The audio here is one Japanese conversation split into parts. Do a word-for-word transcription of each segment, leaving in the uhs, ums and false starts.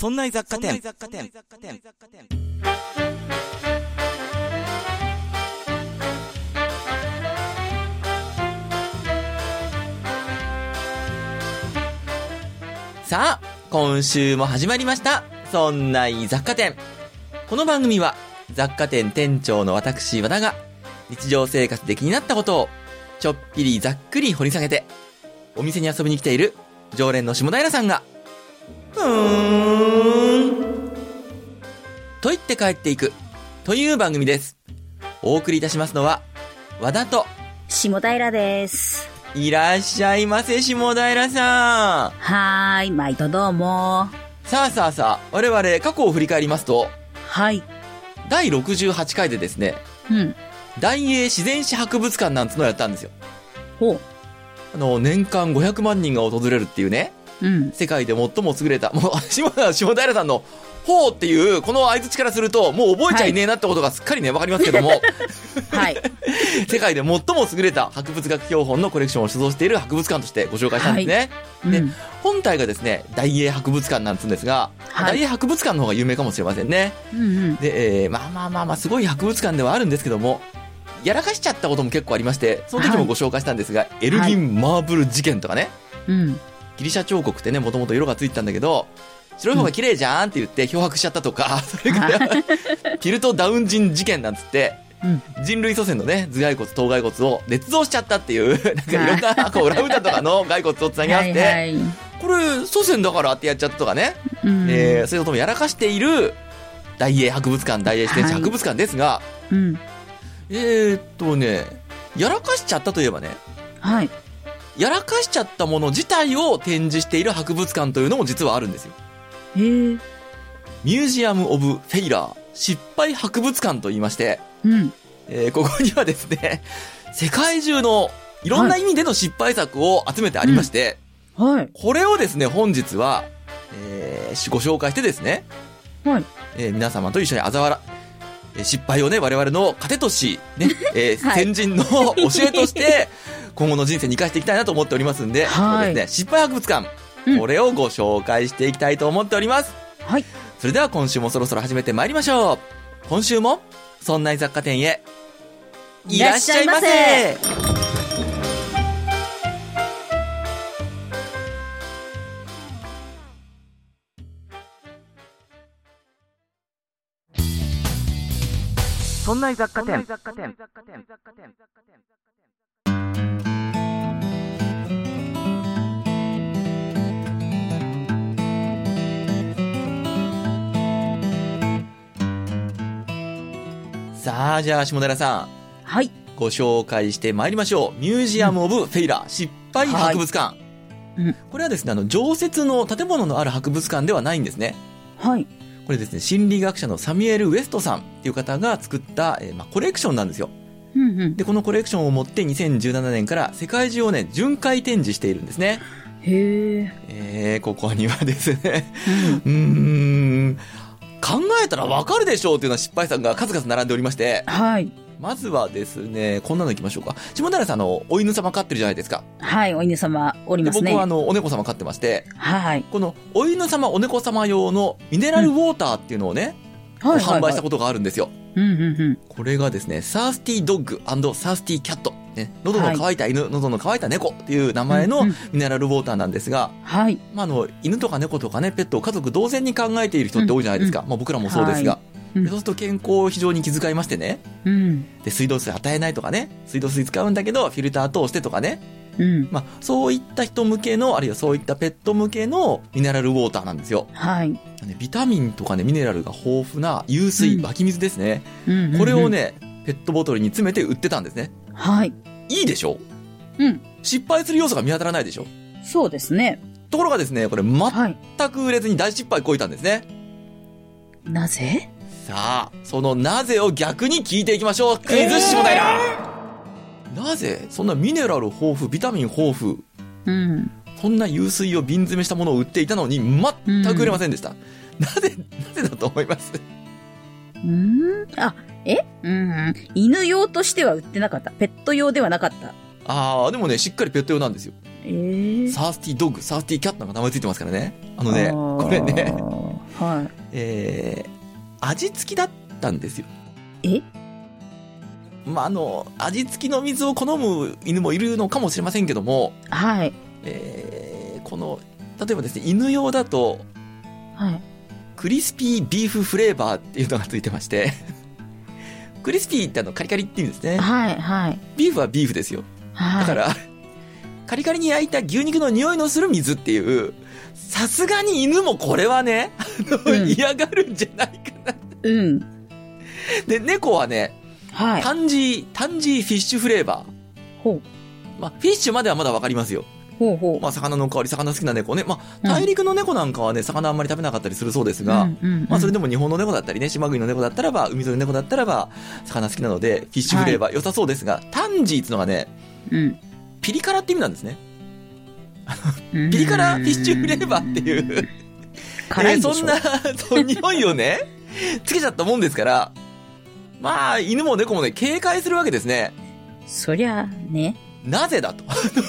そんな雑貨店。さあ、今週も始まりました。そんな雑貨店。この番組は雑貨店店長の私和田が日常生活で気になったことをちょっぴりざっくり掘り下げて、お店に遊びに来ている常連の下平さんがうーんと言って帰っていくという番組です。お送りいたしますのは和田と下平です。 いらっしゃいませ、下平さん。 はーい、毎度どうも。 さあさあさあ、我々過去を振り返りますと、 はい、 だいろくじゅうはちかいでですね、 うん、 大英自然史博物館なんつのをやったんですよ。 ほう。 あの年間ごひゃくまんにんが訪れるっていうね、 うん、世界で最も優れた、もう下平さんのほうっていうこの相槌からするともう覚えちゃいねえなってことがすっかりね、わかりますけどもはい世界で最も優れた博物学標本のコレクションを所蔵している博物館としてご紹介したんですね、はい、で、うん、本体がですね大英博物館なんつうんですが、はい、大英博物館の方が有名かもしれませんね、うんうん、で、えー、まあまあまあまあすごい博物館ではあるんですけども、やらかしちゃったことも結構ありまして、その時もご紹介したんですが、はい、エルギン・マーブル事件とかね、はい、うん、ギリシャ彫刻ってねもともと色がついてたんだけど白い方が綺麗じゃんって言って漂白しちゃったとか、うん、それからピルトダウン人事件なんつってうん、人類祖先のね頭蓋骨頭蓋骨を捏造しちゃったっていうなんかいろんなこう裏歌とかの骸骨をつなぎ合わせてはい、はい、これ祖先だからってやっちゃったとかね、うん、えー、そういうこともやらかしている大英博物館大英自然史博物館ですが、はい、うん、えー、っとねやらかしちゃったといえばね、はい、やらかしちゃったもの自体を展示している博物館というのも実はあるんですよ。 へー。 ミュージアム・オブ・フェイラー失敗博物館と言いまして、うん、えー、ここにはですね世界中のいろんな意味での失敗作を集めてありまして、はいはい、これをですね本日は、えー、ご紹介してですね、はい、えー、皆様と一緒にあざ笑失敗をね我々の糧とし、ねえーはい、先人の教えとして今後の人生に生かしていきたいなと思っておりますんで、はい、そうですね、失敗博物館、うん、これをご紹介していきたいと思っております、はい、それでは今週もそろそろ始めてまいりましょう。今週もそんな雑貨店へいらっしゃいませ。そんな雑貨店。さあ、じゃあ下平さん、 はい、 ご紹介してまいりましょう。ミュージアム・オブ・フェイラー失敗博物館、はい、うん、これはですねあの常設の建物のある博物館ではないんですね。 はい、 これですね心理学者のサミュエル・ウエストさんっていう方が作った、えーまあ、コレクションなんですよ、うんうん、でこのコレクションを持ってにせんじゅうななねんから世界中をね巡回展示しているんですね。 へー、 えー、ここにはですね、うん、うーん考えたらわかるでしょうというような失敗作が数々並んでおりまして、はい、まずはですねこんなのいきましょうか。下平さんのお犬様飼ってるじゃないですか。 はい、お犬様おりますね。 僕はあのお猫様飼ってまして、 はい、 このお犬様お猫様用のミネラルウォーターっていうのをね、うん、はいはいはい、販売したことがあるんですよ、うんうんうん、これがですねサースティードッグ&サースティーキャット、ね、喉の渇いた犬、はい、喉の渇いた猫っていう名前のミネラルウォーターなんですが、はい、まあ、あの犬とか猫とかねペットを家族同然に考えている人って多いじゃないですか、うんうん、まあ、僕らもそうですが、はい、でそうすると健康を非常に気遣いましてね、うん、で水道水与えないとかね水道水使うんだけどフィルター通してとかね、うん、まあ、そういった人向けのあるいはそういったペット向けのミネラルウォーターなんですよ、はい、ビタミンとかねミネラルが豊富な湧水、うん、湧き水ですね、うんうんうん、これをねペットボトルに詰めて売ってたんですね。はい、いいでしょ、うん、失敗する要素が見当たらないでしょ。 そうですね。 ところがですねこれ全く売れずに大失敗こいたんですね、 はい、なぜ？ さあそのなぜを逆に聞いていきましょう。クイズ下平、えー、なぜそんなミネラル豊富ビタミン豊富、うん、そんな湧水を瓶詰めしたものを売っていたのに全く売れませんでした、うん、なぜなぜだと思います？ うーん、あ、え、うん、犬用としては売ってなかった。ペット用ではなかった。 ああ、でもねしっかりペット用なんですよ。 えー、 サースティードッグ、サースティーキャットなんか名前ついてますからね。あのねこれね、 はい。 えー、味付きだったんですよ。 えまあ、あの、味付きの水を好む犬もいるのかもしれませんけども、 はい。 えー、この、例えばですね、犬用だと、 はい。 クリスピービーフフレーバーっていうのがついてまして、クリスピーってあの、カリカリって言うんですね。 はい、はい。 ビーフはビーフですよ。 はい。 だから、カリカリに焼いた牛肉の匂いのする水っていう、さすがに犬もこれはね、あの、うん、嫌がるんじゃないかな。 うん。 で、猫はね、 はい。 タンジー、タンジーフィッシュフレーバー。 ほう。 まあ、フィッシュまではまだわかりますよ。 ほうほう。 まあ、魚の香り、魚好きな猫ね。まあ、大陸の猫なんかはね、魚あんまり食べなかったりするそうですが、うんうんうん、まあ、それでも日本の猫だったりね、島国の猫だったらば、海沿いの猫だったらば、魚好きなので、フィッシュフレーバー良さそうですが、はい、タンジーっていうのがね、 うん、 ピリ辛って意味なんですね。ピリ辛フィッシュフレーバーっていう、 辛いでしょ、 えー、そんな、そう、匂いをね、つけちゃったもんですから、まあ、犬も猫もね、警戒するわけですね。 そりゃ、ね。 なぜだと。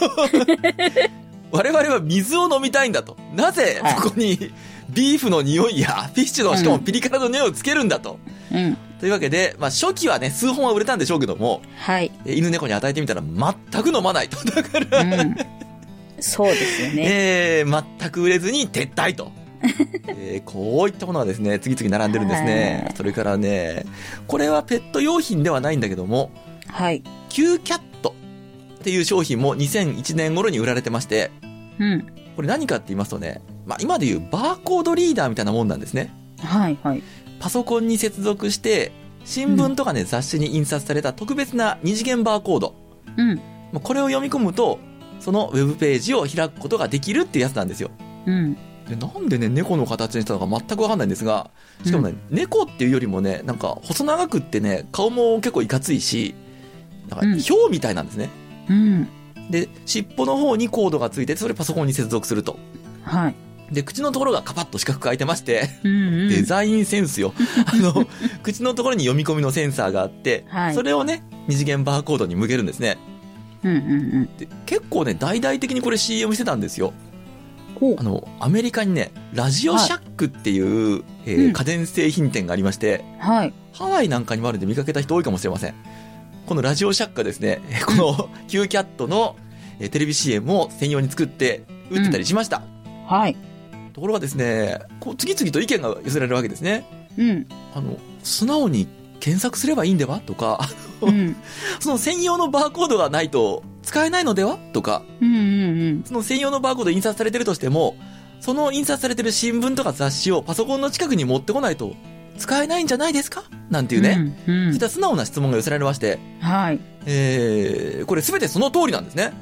我々は水を飲みたいんだと。なぜ、そこに、ビーフの匂いや、フィッシュの、しかもピリ辛の匂いをつけるんだと。 うん。 というわけで、まあ、初期はね、数本は売れたんでしょうけども、 はい。 犬猫に与えてみたら、全く飲まないと。だから、うん、 そうですよね。 えー、全く売れずに撤退と。えー、こういったものがですね、次々並んでるんですね。それからね、これはペット用品ではないんだけども、 はい。 キューキャットっていう商品もにせんいちねん頃に売られてまして、 うん。 これ何かって言いますとね、まあ今でいうバーコードリーダーみたいなもんなんですね。 はいはい。 パソコンに接続して、新聞とかね、うん、雑誌に印刷された特別な二次元バーコード。 うん。 これを読み込むと、そのウェブページを開くことができるっていうやつなんですよ。 うん。 でなんでね、猫の形にしたのか全くわかんないんですが、しかもね、うん、猫っていうよりもね、なんか細長くってね、顔も結構いかついし、なんか豹みたいなんですね。 うん。 で、尻尾の方にコードがついてて、それパソコンに接続すると。 はい。 で、口のところがカパッと四角く開いてまして、 うんうん、 デザインセンスよ。あの、口のところに読み込みのセンサーがあって、はい、それをね、二次元バーコードに向けるんですね。 うんうんうん、 で結構ね、大々的にこれ シーエム してたんですよ。あの、アメリカにね、ラジオシャックっていう、はい、えーうん、家電製品店がありまして、 はい、 ハワイなんかにもあるんで見かけた人多いかもしれません。このラジオシャックがですね、このキューキャットの、えー、テレビ シーエム を専用に作って売ってたりしました。 うん、はい。 ところがですね、こう次々と意見が寄せられるわけですね。 うん。 あの、素直に検索すればいいんではとか、うん、その専用のバーコードがないと使えないのではとか、 うんうんうん、 その専用のバーコード印刷されてるとしても、その印刷されてる新聞とか雑誌をパソコンの近くに持ってこないと使えないんじゃないですかなんていうね、うんうん、そういった素直な質問が寄せられまして、 はい。 えー、これすべてその通りなんですね。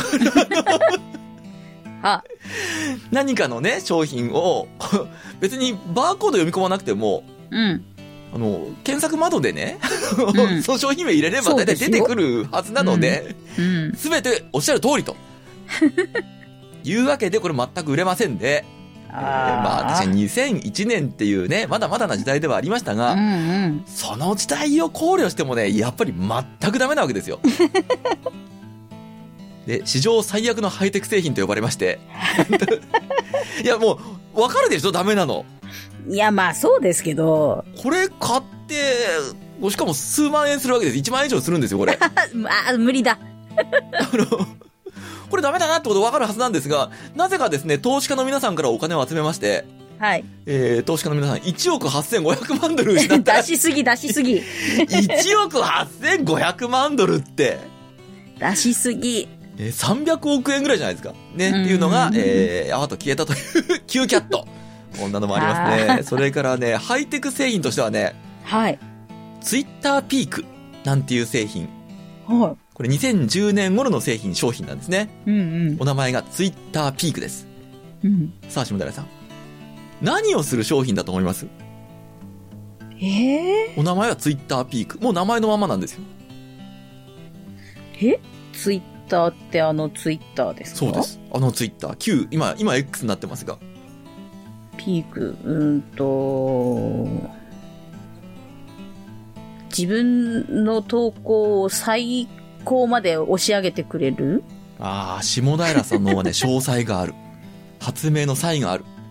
あ何かのね、商品を、別にバーコード読み込まなくても、 うん。 あの、検索窓でね、うん、その商品名入れれば大体出てくるはずなので、すべ、うん、ておっしゃる通りと。いうわけで、これ全く売れませんで、あ、えー、まあ、確かににせんいちねんっていうね、まだまだな時代ではありましたが、 うんうん、 その時代を考慮してもね、やっぱり全くダメなわけですよ。で、史上最悪のハイテク製品と呼ばれまして。いや、もう、わかるでしょダメなの。 いや、まあそうですけど。 これ買って、しかも数万円するわけです。いちまんえん以上するんですよ、これ。 あ、無理だ。 あの、これダメだなってことわかるはずなんですが、なぜかですね、投資家の皆さんからお金を集めまして、 はい。 えー、投資家の皆さん、いちおくはっせんごひゃくまんドル失った。 出しすぎ、出しすぎ。いちおくはっせんごひゃくまんドルって。 出しすぎ。 えー、さんびゃくおくえんぐらいじゃないですか。ね。っていうのが、えー、あわと消えたという、キューキャット。こんなのもありますね。それからね、ハイテク製品としてはね、 はい。 ツイッターピークなんていう製品。 はい。 これにせんじゅうねん頃の製品、商品なんですね。 うんうん。 お名前がツイッターピークです。 うん。 さあ、下平さん。何をする商品だと思います？ えー、 お名前はツイッターピーク。もう名前のままなんですよ。 えツイッターってあのツイッターですか？ そうです。あのツイッター。旧、今、今 X になってますが。 ピーク、うーんと、自分の投稿を最高まで押し上げてくれる？ ああ、下平さんの方はね、詳細がある。発明の際がある。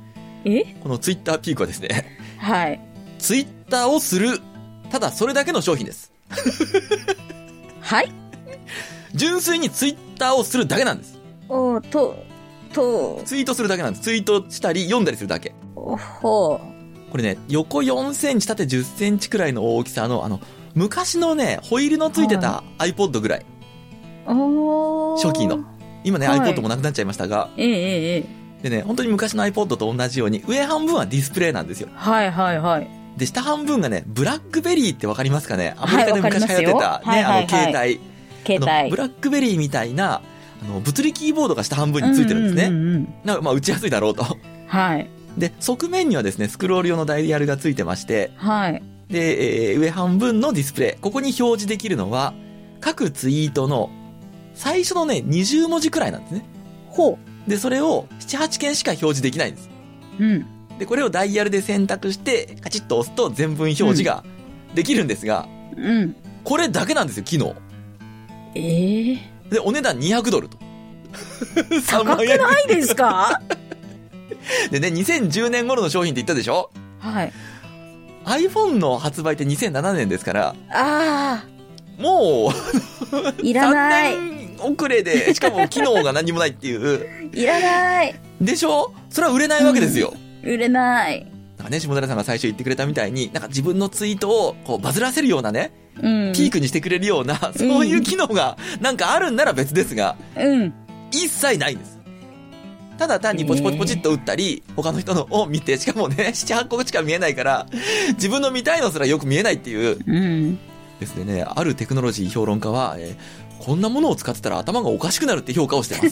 えこのツイッターピークはですね、 はい。 ツイッターをする、ただそれだけの商品です。 はい。 純粋にツイッターをするだけなんです。 おー、と、と。 ツイートするだけなんです。ツイートしたり読んだりするだけ。 おほー。 これね、横よんセンチ、縦じゅっセンチくらいの大きさの、あの、昔のね、ホイールのついてた iPod ぐらい。 おー。 初期の。今ね、はい、iPod もなくなっちゃいましたが。 ええええ。 でね、本当に昔の iPod と同じように、上半分はディスプレイなんですよ。 はいはいはい。 で、下半分がね、ブラックベリーってわかりますかね？アメリカで昔流行ってた、 はい、 ね、あの、携帯。 携帯。 ブラックベリーみたいな、あの、物理キーボードが下半分についてるんですね。うんうんうん、なんかまあ、打ちやすいだろうと。 はい。 で、側面にはですね、スクロール用のダイヤルがついてまして、 はい。 で、えー、上半分のディスプレイ。ここに表示できるのは、各ツイートの最初のね、にじゅうもじくらいなんですね。 ほう。で、それをなな、はちけんしか表示できないんです。 うん。で、 これをダイヤルで選択して、カチッと押すと全文表示ができるんですが、 うん。 これだけなんですよ、機能。 えー、 で、お値段にひゃくドルと。 高くないですか？ でね、にせんじゅうねん頃の商品って言ったでしょ？ はい。 iPhone の発売ってにせんななねんですから、 ああ。 もう、いらない。 さんねん遅れで、しかも機能が何もないっていう。 いらない。 でしょ？それは売れないわけですよ。 うん、売れない。 なんかね、下寺さんが最初言ってくれたみたいに、なんか自分のツイートをこうバズらせるようなね、うん、ピークにしてくれるような、そういう機能がなんかあるんなら別ですが、 うん。 一切ないんです。ただ単にポチポチポチっと打ったり、えー、他の人のを見て、しかもね、なな、はっこしか見えないから、自分の見たいのすらよく見えないっていう。 うん。 ですね、あるテクノロジー評論家は、えー、こんなものを使ってたら頭がおかしくなるって評価をしてます。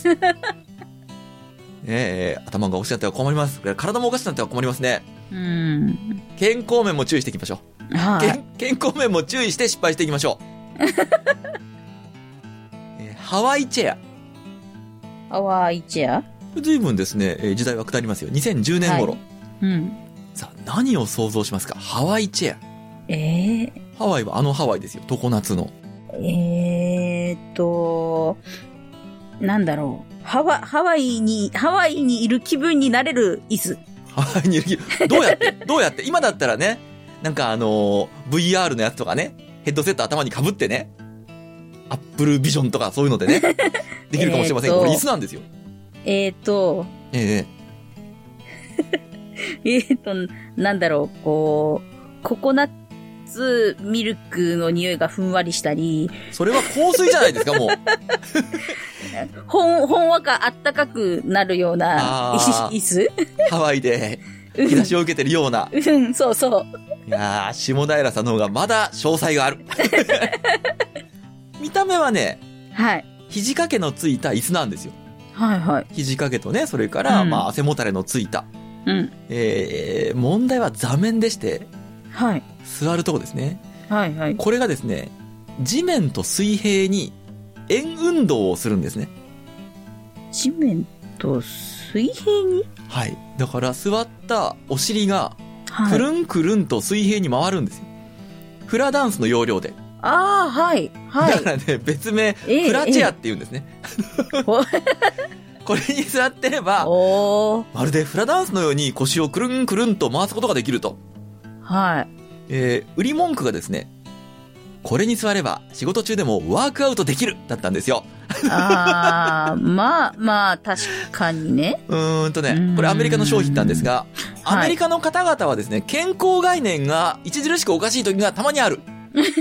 えー、頭がおかしくなっては困ります。体もおかしくなっては困りますね。 うん。 健康面も注意していきましょう。 はい。 健康面も注意して失敗していきましょう。えー、ハワイチェア。 ハワイチェア？ 随分ですね、時代は下りますよ。にせんじゅうねん頃。はい、 うん。 さあ、何を想像しますか？ハワイチェア。 ええー。 ハワイはあのハワイですよ。常夏の。 えーっと、なんだろう。ハワ、ハワイに、ハワイにいる気分になれる椅子。 ハワイにいる気分。どうやってどうやって今だったらね、なんかあのー、ブイアール のやつとかね、ヘッドセット頭に被ってね、アップルビジョンとかそういうのでね、できるかもしれませんが、これ椅子なんですよ。 えーっと、 ええー、えーっと、なんだろう、こう、ココナッツミルクの匂いがふんわりしたり。 それは香水じゃないですか、もう。 ほん、ほんわかあったかくなるような椅子ハワイで日差しを受けてるような。 うん、そうそう。 いやー、下平さんの方がまだ詳細がある。見た目はね、 はい。 肘掛けのついた椅子なんですよ。 はいはい。 肘掛けとね、それから、うん、まあ、汗もたれのついた。 うん。 えー、問題は座面でして、 はい。 座るとこですね。 はいはい。 これがですね、地面と水平に円運動をするんですね。 地面と水平に？ はい。だから座ったお尻が、くるんくるんと水平に回るんですよ。フラダンスの要領で。 ああ、はい。はい。 だからね、別名、えー、フラチェアって言うんですね。えー、これに座ってれば、まるでフラダンスのように腰をくるんくるんと回すことができると。 はい。 えー、売り文句がですね、これに座れば仕事中でもワークアウトできるだったんですよ。 ああ、まあまあ確かにね。 うーんとね、これアメリカの商品なんですが、アメリカの方々はですね、健康概念が著しくおかしい時がたまにある。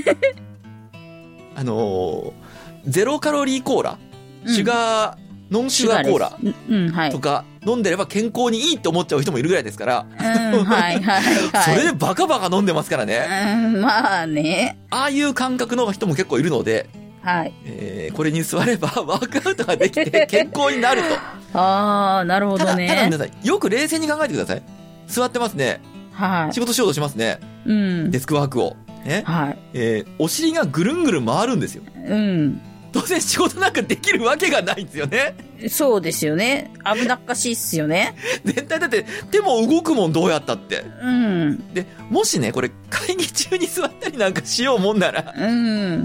あのー、ゼロカロリーコーラ、シュガー、うん、ノンシュガーコーラとか飲んでれば健康にいいって思っちゃう人もいるぐらいですから、 うん、はいはいはい。 それでバカバカ飲んでますからね。 うん、まあね。 ああいう感覚の人も結構いるので、 はい。 えー、これに座ればワークアウトができて健康になると。 ああ、なるほどね。 ただ、ただ皆さん、よく冷静に考えてください。座ってますね。 はい。 仕事しようとしますね。 うん。 デスクワークを。ね。 はい。 えー、お尻がぐるんぐるん回るんですよ。 うん。 当然仕事なんかできるわけがないんですよね。 そうですよね。危なっかしいっすよね。 絶対だって手も動くもん、どうやったって。 うん。 で、もしね、これ会議中に座ったりなんかしようもんなら。 うん。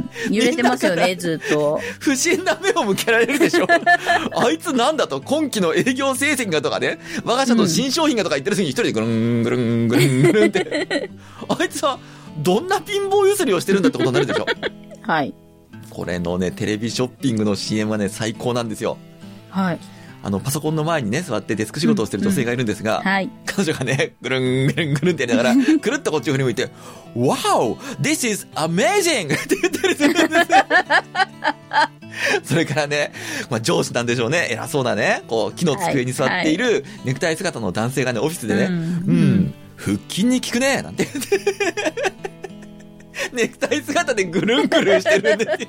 揺れてますよね、ずっと。 不審な目を向けられるでしょ。あいつなんだと、今期の営業成績がとかね、我が社の新商品がとか言ってる時に一人でぐるんぐるんぐるんぐるんって。あいつはどんなピンボーゆすりをしてるんだってことになるでしょ。 はい。 これのね、テレビショッピングの シーエム はね、最高なんですよ。はい。あの、パソコンの前にね、座ってデスク仕事をしてる女性がいるんですが、うんうん、はい。彼女がね、ぐるんぐるんぐるんってやりながら、くるっとこっちを振り向いて、Wow! This is amazing! って言ったりするんですよ。それからね、まあ、上司なんでしょうね、偉そうなね、こう、木の机に座っているネクタイ姿の男性がね、オフィスでね、うん、うん、腹筋に効くね、なんて言って、ネクタイ姿でぐるんぐるんしてるんですよ。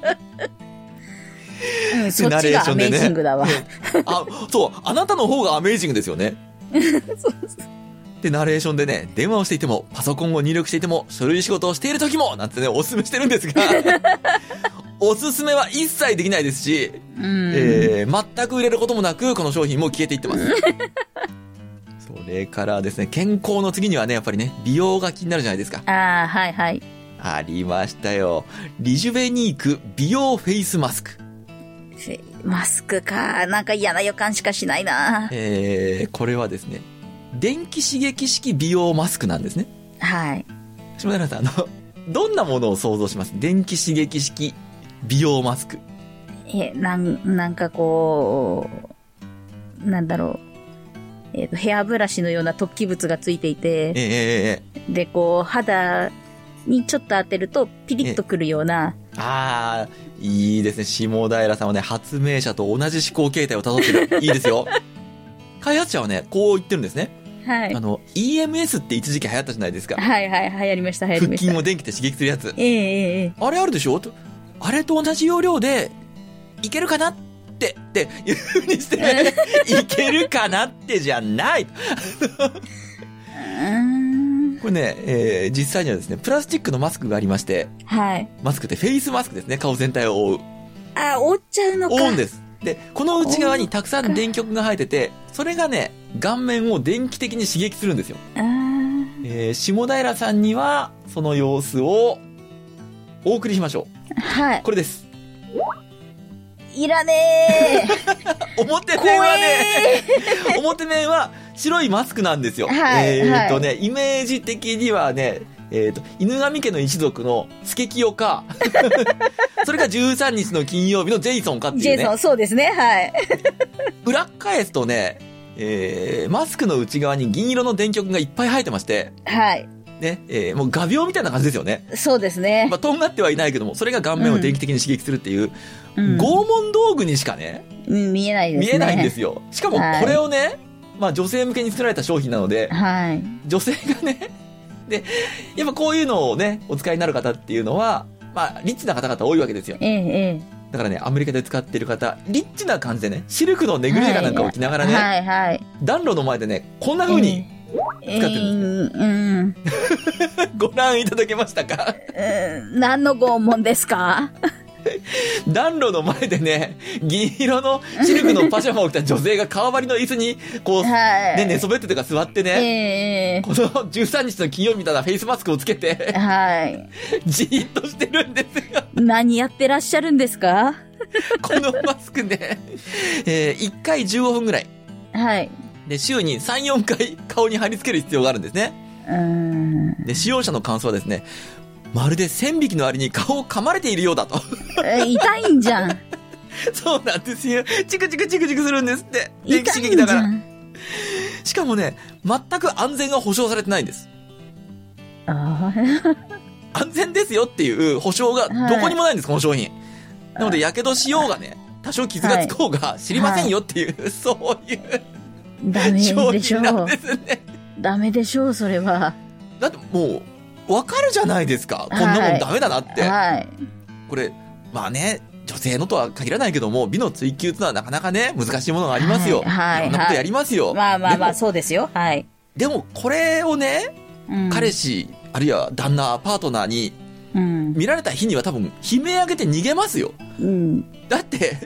うん、そっちがアメージングだわ。 あ、そう、あなたの方がアメージングですよね。そうで、ナレーションでね、電話をしていても、パソコンを入力していても、書類仕事をしている時も、なんてね、おすすめしてるんですが、おすすめは一切できないですし、うんえー、全く売れることもなく、この商品も消えていってます。それからですね、健康の次にはね、やっぱりね、美容が気になるじゃないですか。 ああ、はいはい。 ありましたよ。リジュベニーク美容フェイスマスク。 マスクか。なんか嫌な予感しかしないな。 えー、これはですね、電気刺激式美容マスクなんですね。 はい。 下平さん、あの、どんなものを想像します？電気刺激式美容マスク。 え、なん、なんかこう、なんだろう。えっと、ヘアブラシのような突起物がついていて、 えー、で、こう、肌にちょっと当てるとピリッとくるような。 ああ、いいですね。下平さんはね、発明者と同じ思考形態をたどってる。いいですよ。開発者はね、こう言ってるんですね。はい。あの、イーエムエス って一時期流行ったじゃないですか。 はいはい、流行りました、流行りました。 腹筋を電気で刺激するやつ。 ええええ。 あれあるでしょと。あれと同じ要領で、いけるかなって、っていう風にしてね、いけるかなってじゃない。これね、えー、実際にはですね、プラスチックのマスクがありまして、はい。マスクってフェイスマスクですね、顔全体を覆う。 あ、覆っちゃうのか。 覆うんです。で、この内側にたくさん電極が生えてて、それがね、顔面を電気的に刺激するんですよ。あえー、下平さんには、その様子を、お送りしましょう。はい。これです。 いらねー。表面はね、表面は白いマスクなんですよ。はい、えーっとね、はい、イメージ的にはね、えーと、犬神家の一族のスケキヨか、それがじゅうさんにちの金曜日のジェイソンかっていうね。 ジェイソン、そうですね、はい。 裏返すとね、えー、マスクの内側に銀色の電極がいっぱい生えてまして、はい。ね、えー、もう画鋲みたいな感じですよね。 そうですね。 まあ、とんがってはいないけども、それが顔面を電気的に刺激するっていう、うん、拷問道具にしかね、 うん、見えないですね。 見えないんですよ。しかもこれをね、はい、まあ女性向けに作られた商品なので、はい。女性がね、で、やっぱこういうのをね、お使いになる方っていうのは、まあ、リッチな方々多いわけですよ。ええ、だからね、アメリカで使ってる方、リッチな感じでね、シルクのネグリジェかなんかを着ながらね、はいはいはい、暖炉の前でね、こんな風に使ってるんですよ。えーうん、ご覧いただけましたか？ うん、何の拷問ですか？ 暖炉の前でね、銀色のシルクのパジャマを着た女性が川張りの椅子に、こう、はい、ね、寝そべってとか座ってね、えー、このじゅうさんにちの金曜日みたいなフェイスマスクをつけて、はい。じーっとしてるんですよ。 何やってらっしゃるんですか？ このマスクね、えー、いっかいじゅうごふんぐらい。はい。で、週にさん、よんかい顔に貼り付ける必要があるんですね。うーん。で、使用者の感想はですね、まるで千匹のアリに顔を噛まれているようだと。 え、痛いんじゃん。 そうなんですよ。チクチクチクチクするんですって。電気刺激だから。しかもね、全く安全が保証されてないんです。あ安全ですよっていう保証がどこにもないんです、はい、この商品。なので、やけどしようがね、多少傷がつこうが知りませんよっていう、はい、そういう商品なんですね。 ダメでしょう、それは。 だってもう、わかるじゃないですか。こんなもんダメだなって。はい。これ、まあね、女性のとは限らないけども、美の追求というのはなかなかね、難しいものがありますよ。はい。いろんなことやりますよ。 まあまあまあ、そうですよ。はい。 でも、これをね、うん、彼氏、あるいは旦那、パートナーに、うん、見られた日には多分、悲鳴上げて逃げますよ。うん。だって、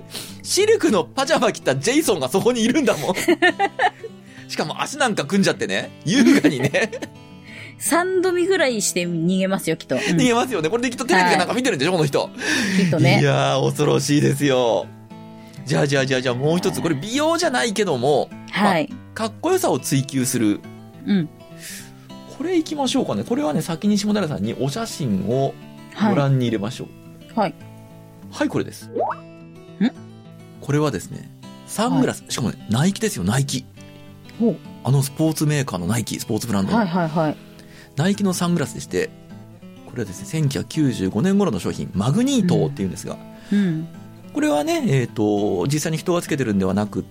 シルクのパジャマ着たジェイソンがそこにいるんだもん。しかも足なんか組んじゃってね、優雅にね。 三度見ぐらいして逃げますよ、きっと。うん、 逃げますよね。これできっとテレビかなんか見てるんでしょ、はい、この人。 きっとね。 いやー、恐ろしいですよ。じゃあじゃあじゃあじゃあもう一つ、これ美容じゃないけども、はい。まあ、かっこよさを追求する。うん。これ行きましょうかね。これはね、先に下平さんにお写真をご覧に入れましょう。はい。はい、これです。ん？これはですね、サングラス、はい、しかもね、ナイキですよ、ナイキ。ほう。あのスポーツメーカーのナイキ、スポーツブランドの。はいはいはい。ナイキのサングラスでして、これはですね、せんきゅうひゃくきゅうじゅうごねん頃の商品、マグニートっていうんですが、うん。うん、これはね、えっと、実際に人がつけてるんではなくって、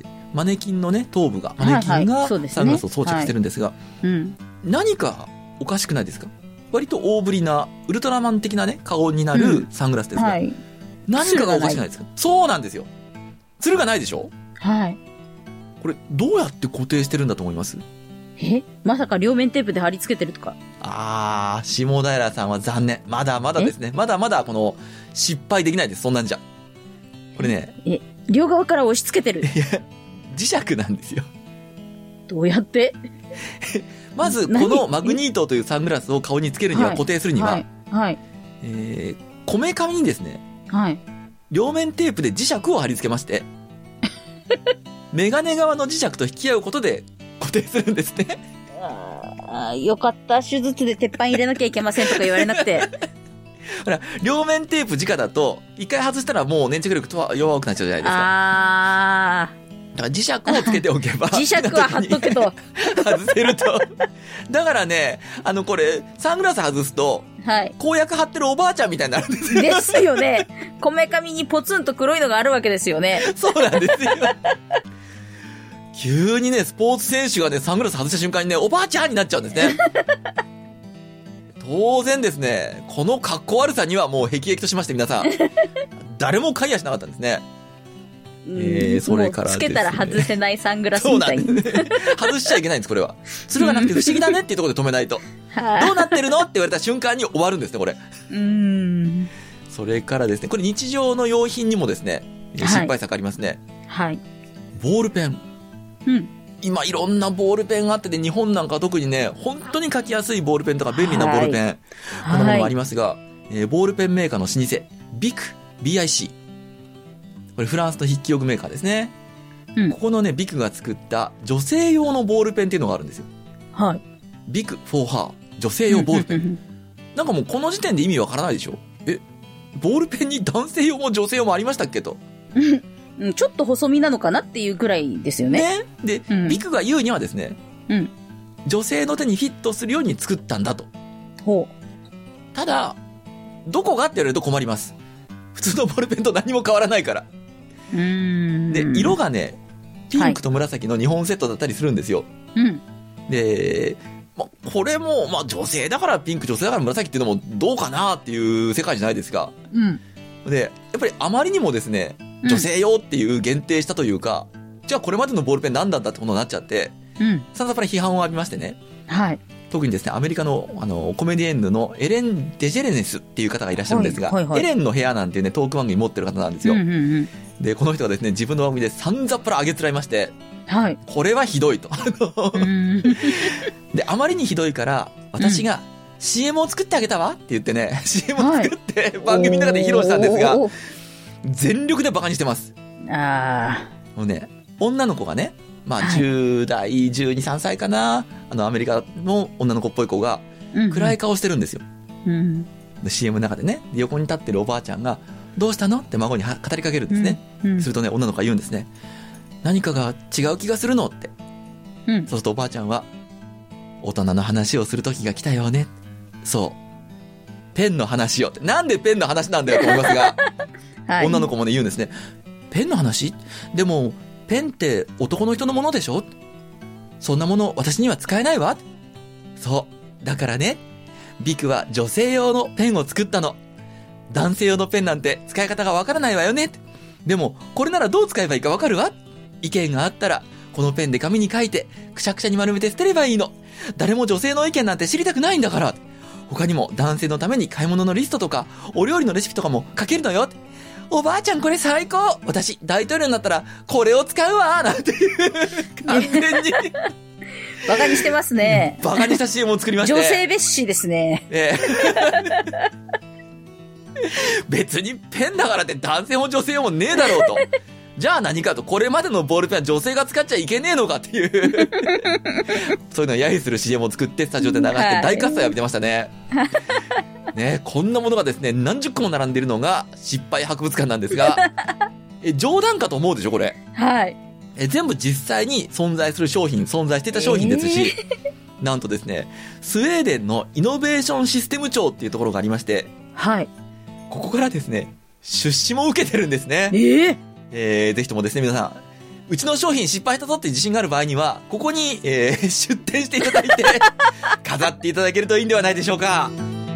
マネキンのね、頭部が、マネキンがサングラスを装着してるんですが、はいはい、うん。何かおかしくないですか？割と大ぶりな、ウルトラマン的なね、顔になるサングラスですが、うんはい、何かがおかしくないですか？そうなんですよ。つるがないでしょ？はい。これ、どうやって固定してるんだと思います？ え？まさか両面テープで貼り付けてるとか？ あー、下平さんは残念。まだまだですね。まだまだこの、失敗できないです、そんなんじゃ。これね。 え、両側から押し付けてる？いや、 磁石なんですよ。 どうやってまず、このマグニートというサングラスを顔につけるには、固定するには、はいはいはい、えー、こめかみにですね、はい、両面テープで磁石を貼り付けまして、メガネ側の磁石と引き合うことで固定するんですね。 ああ、よかった。手術で鉄板入れなきゃいけませんとか言われなくて。 ほら、両面テープ直だと、一回外したらもう粘着力とは弱くなっちゃうじゃないですか。ああ。だから磁石をつけておけば。 磁石は貼っとくと。 外せると。だからね、あのこれ、サングラス外すと、はい。公約貼ってるおばあちゃんみたいになるんですよ。 ですよね。こめかみにポツンと黒いのがあるわけですよね。 そうなんですよ。急にね、スポーツ選手がね、サングラス外した瞬間にね、おばあちゃんになっちゃうんですね。当然ですね、この格好悪さにはもう辟易としまして皆さん、誰も買いやしなかったんですね。 えー、それからですね。つけたら外せないサングラスみたいに。 そうなんですね。外しちゃいけないんです、これは。つるがなくて不思議だねっていうところで止めないと。どうなってるのって言われた瞬間に終わるんですね、これ。うーん。それからですね、これ日常の用品にもですね、失敗作ありますね。はい。ボールペン。うん。今いろんなボールペンがあってね、日本なんか特にね、本当に書きやすいボールペンとか便利なボールペン、はい、こんなものもありますが、えー、ボールペンメーカーの老舗、ビク、ビーアイシー。これフランスの筆記用具メーカーですね。うん、ここのね、ビクが作った女性用のボールペンっていうのがあるんですよ。はい。ビク、フォーハー、女性用ボールペン。なんかもうこの時点で意味わからないでしょ？え、ボールペンに男性用も女性用もありましたっけと。 ちょっと細身なのかなっていうくらいですよね。ね。 で、うん、ビクが言うにはですね、うん、女性の手にフィットするように作ったんだと。ほう。ただ、どこがって言われると困ります。普通のボールペンと何も変わらないから。うーん。で、色がね、ピンクと紫のにほんセットだったりするんですよ。はい、で、ま、これも、まあ、女性だからピンク、女性だから紫っていうのもどうかなっていう世界じゃないですか。うん。で、やっぱりあまりにもですね、女性用っていう限定したというか、うん、じゃあこれまでのボールペン何なんだってことになっちゃって、うん。さんざっぱり批判を浴びましてね。はい。特にですね、アメリカの、あの、コメディエンヌのエレン・デジェレネスっていう方がいらっしゃるんですが、はいはいはい、エレンの部屋なんていうね、トーク番組持ってる方なんですよ。うんうんうん、で、この人がですね、自分の番組でさんざっぱら上げつらいまして、はい。これはひどいと。で、あまりにひどいから、私が シーエム を作ってあげたわって言ってね、シーエム を作って番組の中で披露したんですが、全力でバカにしてます。ああ。もうね、女の子がね、まあ、じゅう代、じゅうに、さんさいかな。あの、アメリカの女の子っぽい子が、暗い顔してるんですよ。うん、で シーエム の中でね、横に立ってるおばあちゃんが、どうしたのって孫に語りかけるんですね。うんうん、するとね、女の子が言うんですね。何かが違う気がするのって。うん、そうするとおばあちゃんは、大人の話をする時が来たよね。そう。ペンの話をって。なんでペンの話なんだよと思いますが、はい、女の子もね、言うんですね。ペンの話？でも、ペンって男の人のものでしょ？そんなもの私には使えないわ。そう。だからね、ビクは女性用のペンを作ったの。男性用のペンなんて使い方がわからないわよね。でも、これならどう使えばいいかわかるわ。意見があったら、このペンで紙に書いて、くしゃくしゃに丸めて捨てればいいの。誰も女性の意見なんて知りたくないんだから。他にも男性のために買い物のリストとか、お料理のレシピとかも書けるのよ。 おばあちゃんこれ最高、私大統領になったらこれを使うわなんていう完全にバカにしてますね。 バカにした シーエム を作りまして、 女性蔑視ですね。 ええ別にペンだからって男性も女性もねえだろうと。じゃあ何かと、これまでのボールペンは女性が使っちゃいけねえのかっていうそういうのを揶揄する シーエム を作ってスタジオで流して大喝采を浴びてましたね。ね、こんなものがですね何十個も並んでいるのが失敗博物館なんですがえ冗談かと思うでしょこれ。 はい。 え全部実際に存在する商品、存在していた商品ですし、えー、なんとですねスウェーデンのイノベーションシステム庁っていうところがありまして、 はい、 ここからですね出資も受けてるんですね。 えーえー、ぜひともですね皆さん、うちの商品失敗したぞって自信がある場合にはここに、えー、出店していただいて飾っていただけるといいんではないでしょうか。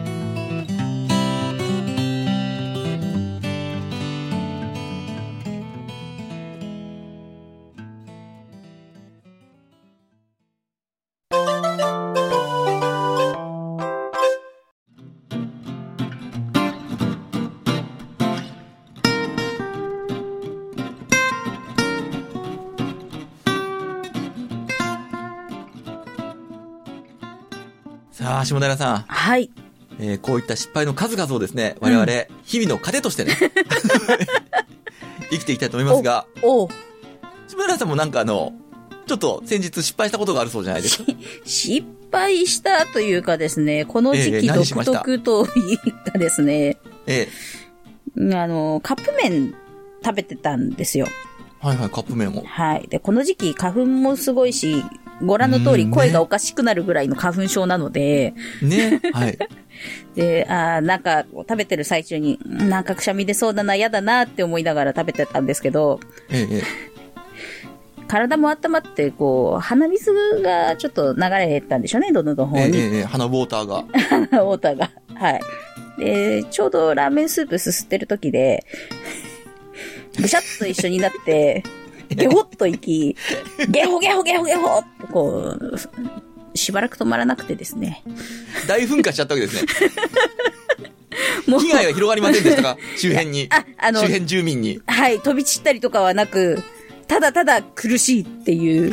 さあ下平さん、 はい、 えー、こういった失敗の数々をですね我々、うん、日々の糧としてね生きていきたいと思いますが、 おお下平さんもなんかあのちょっと先日失敗したことがあるそうじゃないですか。 失敗したというかですね、この時期独特というかですね、 ええ、あのカップ麺食べてたんですよ。 はいはい、カップ麺を。 はい。でこの時期花粉もすごいし、ご覧の通り声がおかしくなるぐらいの花粉症なので。 ね。はい。 で、あなんか食べてる最中に、なんかくしゃみ出そうだな、嫌だなって思いながら食べてたんですけど、 ええ、 体も温まって、こう、鼻水がちょっと流れたんでしょうね、喉の方に。 ええ、鼻ウォーターが。 鼻ウォーターが。はい。で、ちょうどラーメンスープすすってる時で、ぐしゃっと一緒になって、ゲホッといき、ゲホゲホゲホゲホとこう、しばらく止まらなくてですね。 大噴火しちゃったわけですね。もう被害は広がりませんでしたか周辺に。あ、あの、周辺住民に。 はい、飛び散ったりとかはなく、ただただ苦しいっていう。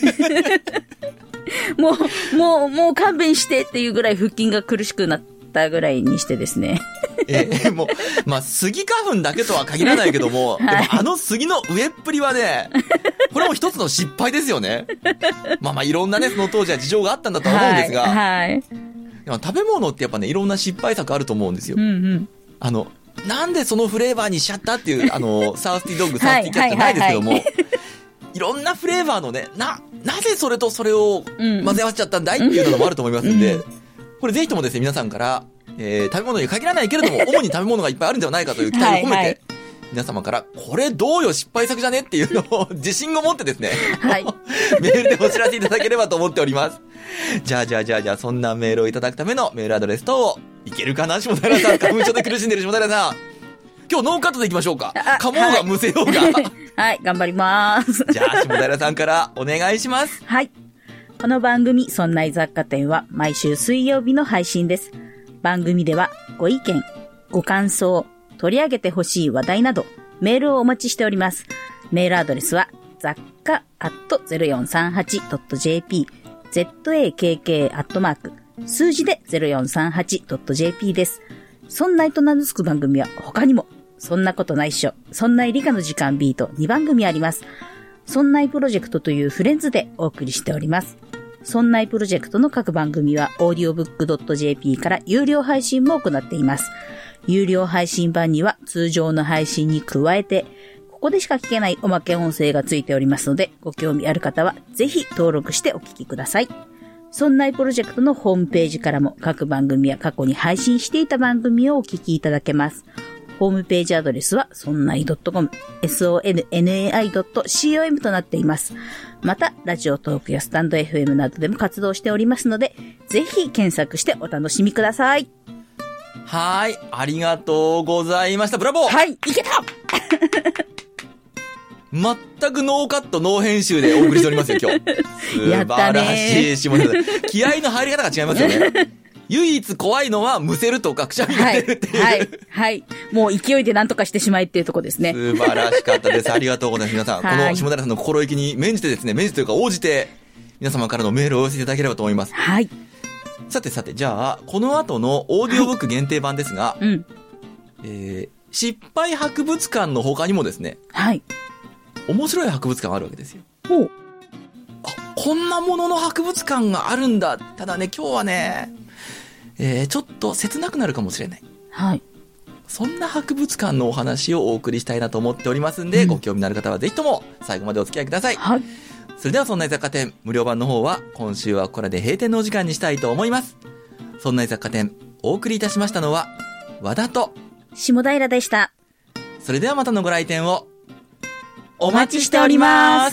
もう、もう、もう勘弁してっていうぐらい腹筋が苦しくなったぐらいにしてですね。 えー、もう、まあ、スギ花粉だけとは限らないけども、はい、でもあのスギの植えっぷりはね、これも一つの失敗ですよね。まあまあ、いろんなね、その当時は事情があったんだとは思うんですが、 はいはい、 でも食べ物ってやっぱね、いろんな失敗作あると思うんですよ。 うんうん、あの、なんでそのフレーバーにしちゃったっていう、あの、サースティードッグ、サースティーキャットないですけども、はいはいはいはい、いろんなフレーバーのね、な、なぜそれとそれを混ぜ合わせちゃったんだいっていうのもあると思いますんで、うん、これぜひともですね、皆さんから、えー、食べ物に限らないけれども、主に食べ物がいっぱいあるんではないかという期待を込めて、はいはい、皆様から、これどうよ失敗作じゃねっていうのを自信を持ってですね、はい、メールでお知らせいただければと思っております。じゃあじゃあじゃあじゃあ、そんなメールをいただくためのメールアドレスと、いけるかな下平さん、花粉症で苦しんでる下平さん。今日ノーカットでいきましょうか。噛もうがむせようが。 はい、はい、頑張ります。 じゃあ、下平さんからお願いします。 はい。この番組、そんな雑貨店は毎週水曜日の配信です。番組ではご意見、ご感想、取り上げてほしい話題など、メールをお待ちしております。メールアドレスは、雑貨 アットゼロよんさんはちドットジェーピー、ザッカ アットマーク、数字で ゼロよんさんはちドットジェーピー です。そんないと名の付く番組は他にも、そんなことないっしょ、そんない理科の時間 B とにばん組あります。そんないプロジェクトというフレンズでお送りしております。そんないプロジェクトの各番組は オーディオブックドットジェーピー から有料配信も行っています。有料配信版には通常の配信に加えて、ここでしか聞けないおまけ音声がついておりますので、ご興味ある方はぜひ登録してお聞きください。そんないプロジェクトのホームページからも各番組や過去に配信していた番組をお聞きいただけます。ホームページアドレスはそんない .com、ソンナイ ドットコム となっています。また、ラジオトークやスタンド エフエム などでも活動しておりますので、ぜひ検索してお楽しみください。 はい、ありがとうございました。ブラボー。 はい、いけた全くノーカット、ノー編集でお送りしておりますよ、今日。素晴らしい下平さん。気合の入り方が違いますよね。 唯一怖いのはむせるとかくしゃみが出るっていう。 はい。はい。はい。もう勢いで何とかしてしまいっていうとこですね。 素晴らしかったです。ありがとうございます。皆さん、この下平さんの心意気に免じてですね、免じてというか応じて、皆様からのメールをお寄せいただければと思います。 はい。 さてさて、じゃあ、この後のオーディオブック限定版ですが、はい、うん。えー、失敗博物館の他にもですね、 はい。 面白い博物館があるわけですよ。 ほう。 あ、こんなものの博物館があるんだ。ただね、今日はね、えー、ちょっと切なくなるかもしれない。 はい。 そんな博物館のお話をお送りしたいなと思っておりますんで、うん、ご興味のある方はぜひとも最後までお付き合いください。 はい。 それではそんな雑貨店無料版の方は今週はこれで閉店のお時間にしたいと思います。そんな雑貨店お送りいたしましたのは和田と下平でした。 それではまたのご来店をお待ちしております。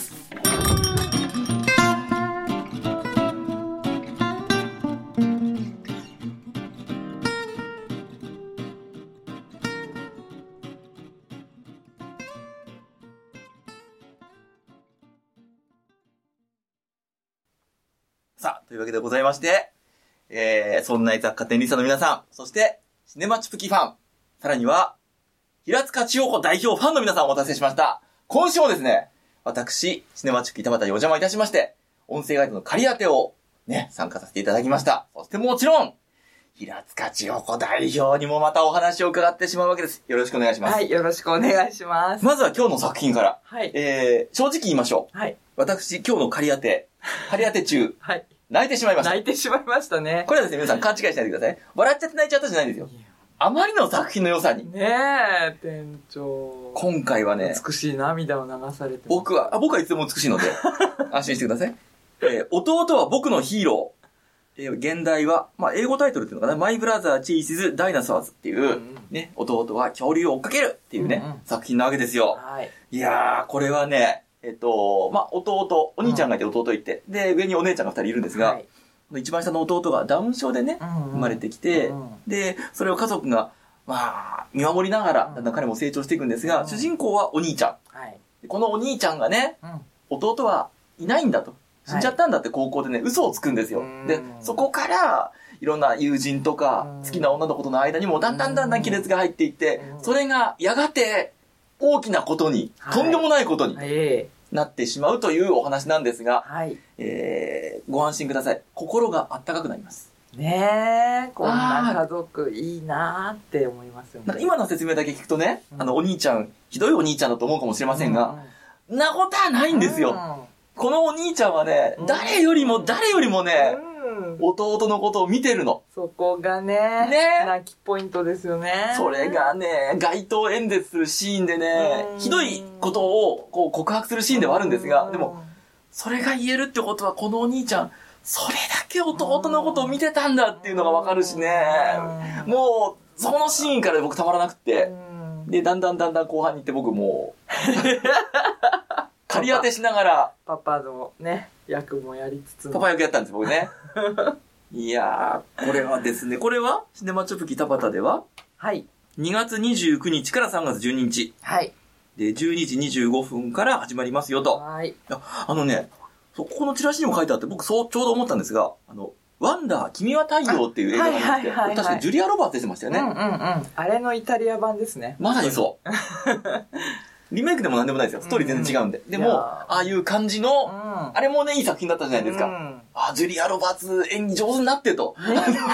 さあ、というわけでございまして、えー、そんな雑貨店リサの皆さん、そして、シネマチュプキファン、さらには、平塚千代子代表ファンの皆さんをお待たせしました。今週もですね、私、シネマチュプキ田端にお邪魔いたしまして、音声ガイドの借り当てをね、参加させていただきました。そしてもちろん、平塚千代子代表にもまたお話を伺ってしまうわけです。よろしくお願いします。 はい、よろしくお願いします。 まずは今日の作品から。 はい。 えー、正直言いましょう。はい。 私、今日の借り当て、借り当て中。 はい。 泣いてしまいました。 泣いてしまいましたね。 これはですね、皆さん勘違いしないでください。笑っちゃって泣いちゃったじゃないんですよ。あまりの作品の良さに。 ねえ、店長。 今回はね、 美しい涙を流されてます。 僕は、あ、僕はいつでも美しいので、安心してください。えー、弟は僕のヒーロー。えー、現代は、まあ、英語タイトルっていうのかな、My Brother Chases Dinosaurs っていう、うんうん、ね、弟は恐竜を追っかけるっていうね、うんうん、作品なわけですよ。 はい。 いやー、これはね、えっと、まあ、弟、お兄ちゃんがいて弟いて、うん、で、上にお姉ちゃんが二人いるんですが、はい、一番下の弟がダウン症でね、うんうん、生まれてきて、うんうん、で、それを家族が、まあ、見守りながら、だんだん彼も成長していくんですが、うん、主人公はお兄ちゃん。 はい、 このお兄ちゃんがね、うん、弟はいないんだと。死んじゃったんだって高校でね、嘘をつくんですよ。で、そこから、いろんな友人とか、好きな女の子との間にも、だんだんだんだん亀裂が入っていって、それがやがて、大きなことに、はい、とんでもないことに、はいなってしまうというお話なんですが、 はい、 えー、ご安心ください。心があったかくなります。 ねえ、こんな家族いいなーって思いますよね。 なんか今の説明だけ聞くとね、うん、あのお兄ちゃん、ひどいお兄ちゃんだと思うかもしれませんが、うん、なことはないんですよ。うん、このお兄ちゃんはね、うん、誰よりも誰よりもね、うん弟のことを見てるの。 そこがね、 ね泣きポイントですよね。 それがね、街頭演説するシーンでね、ひどいことをこう告白するシーンではあるんですが、でも、それが言えるってことは、このお兄ちゃん、それだけ弟のことを見てたんだっていうのがわかるしね、もう、そのシーンから僕たまらなくて、で、だんだんだんだん後半に行って僕もう、借り当てしながら、 パパのね、役もやりつつパパ役やったんです僕ね。いやー、これはですね、これはシネマチョプキ田端でははいにがつにじゅうくにちからさんがつじゅうににちはいでじゅうにじにじゅうごふんから始まりますよと。 はい。 あのね、そこのチラシにも書いてあって僕そうちょうど思ったんですが、あのワンダー君は太陽っていう映画があって、はいはいはいはい、確かにジュリア・ロバーツ出てましたよね。 うんうんうん。あれのイタリア版ですね。 まさにそう。リメイクでもなんでもないですよ。ストーリー全然違うんで。うん、でも、ああいう感じの、うん、あれもね、いい作品だったじゃないですか。うん、あ、ジュリア・ロバーツ演技上手になってと。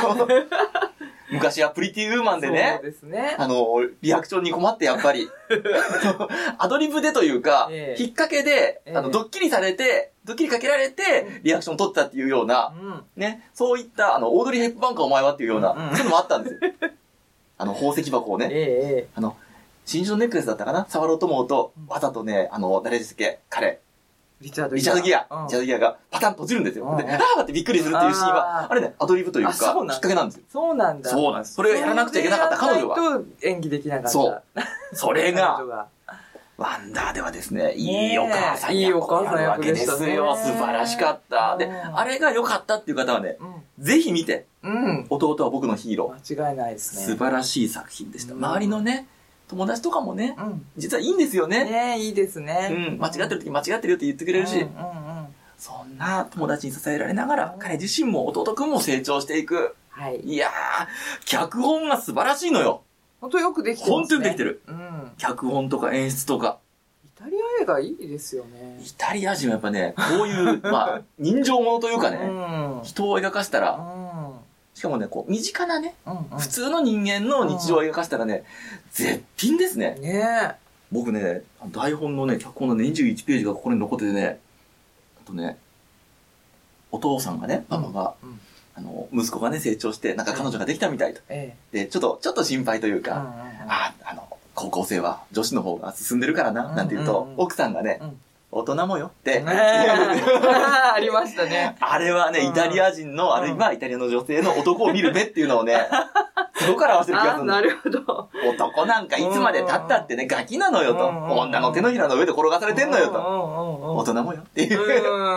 昔はプリティウーマンでね、 そうですね、 あの、リアクションに困ってやっぱり、アドリブでというか、えー、引っ掛けで、あの、ドッキリされて、ドッキリかけられて、リアクション取ったっていうような、うん、ね、そういった、あの、オードリー・ヘップバーンかお前はっていうような、うん、そういうのもあったんですよ。あの、宝石箱をね、 えー、 あの、真珠のネックレスだったかな触ろうと思うと、わざとね、あの、誰ですっけ彼。 リチャードギア。リチャードギア。うん、リチャードギアがパタンと落ちるんですよ。うん、で、あーってびっくりするっていうシーンは、あれね、アドリブというか、きっかけなんですよ。 そうなんだ。 そうなんです。それをやらなくちゃいけなかった彼女は。 と演技できなかった。 そう。それが、ワンダーではですね、いいお母さん役をやるわけですよ。素晴らしかった。で、あれが良かったっていう方はね、うん、ぜひ見て、 うん、 弟は僕のヒーロー。間違いないですね。 素晴らしい作品でした。うん、周りのね、友達とかもね、うん、実はいいんですよね。 ねいいですね。 うん、間違ってる時間違ってるよって言ってくれるし、うんうんうん、そんな友達に支えられながら、彼自身も弟くんも成長していく。 はい。 いやー、脚本が素晴らしいのよ。 本当よくできてますね。 本当にできてる。 うん。 脚本とか演出とか。 イタリア映画いいですよね。 イタリア人はやっぱね、こういう、まあ、人情ものというかね、うん、人を描かしたら、うん、しかもね、こう、身近なね、うんうん、普通の人間の日常を描かしたらね、うん、絶品ですね。 ねえ。 僕ね、台本のね、脚本のね、にじゅういちページがここに残っててね、あとね、お父さんがね、パパが、うんうん、あの、息子がね、成長して、なんか彼女ができたみたいと。ええ、で、ちょっと、ちょっと心配というか、うんうんうん、あ、あの、高校生は女子の方が進んでるからな、なんて言うと、うんうんうん、奥さんがね、うん、大人もよって、 ありましたね。 あれはね、イタリア人の、あるいはイタリアの女性の男を見る目っていうのをね、そこから合わせる気がする。 なるほど。 男なんかいつまで経ったってね、ガキなのよと。女の手のひらの上で転がされてんのよと。大人もよっていう。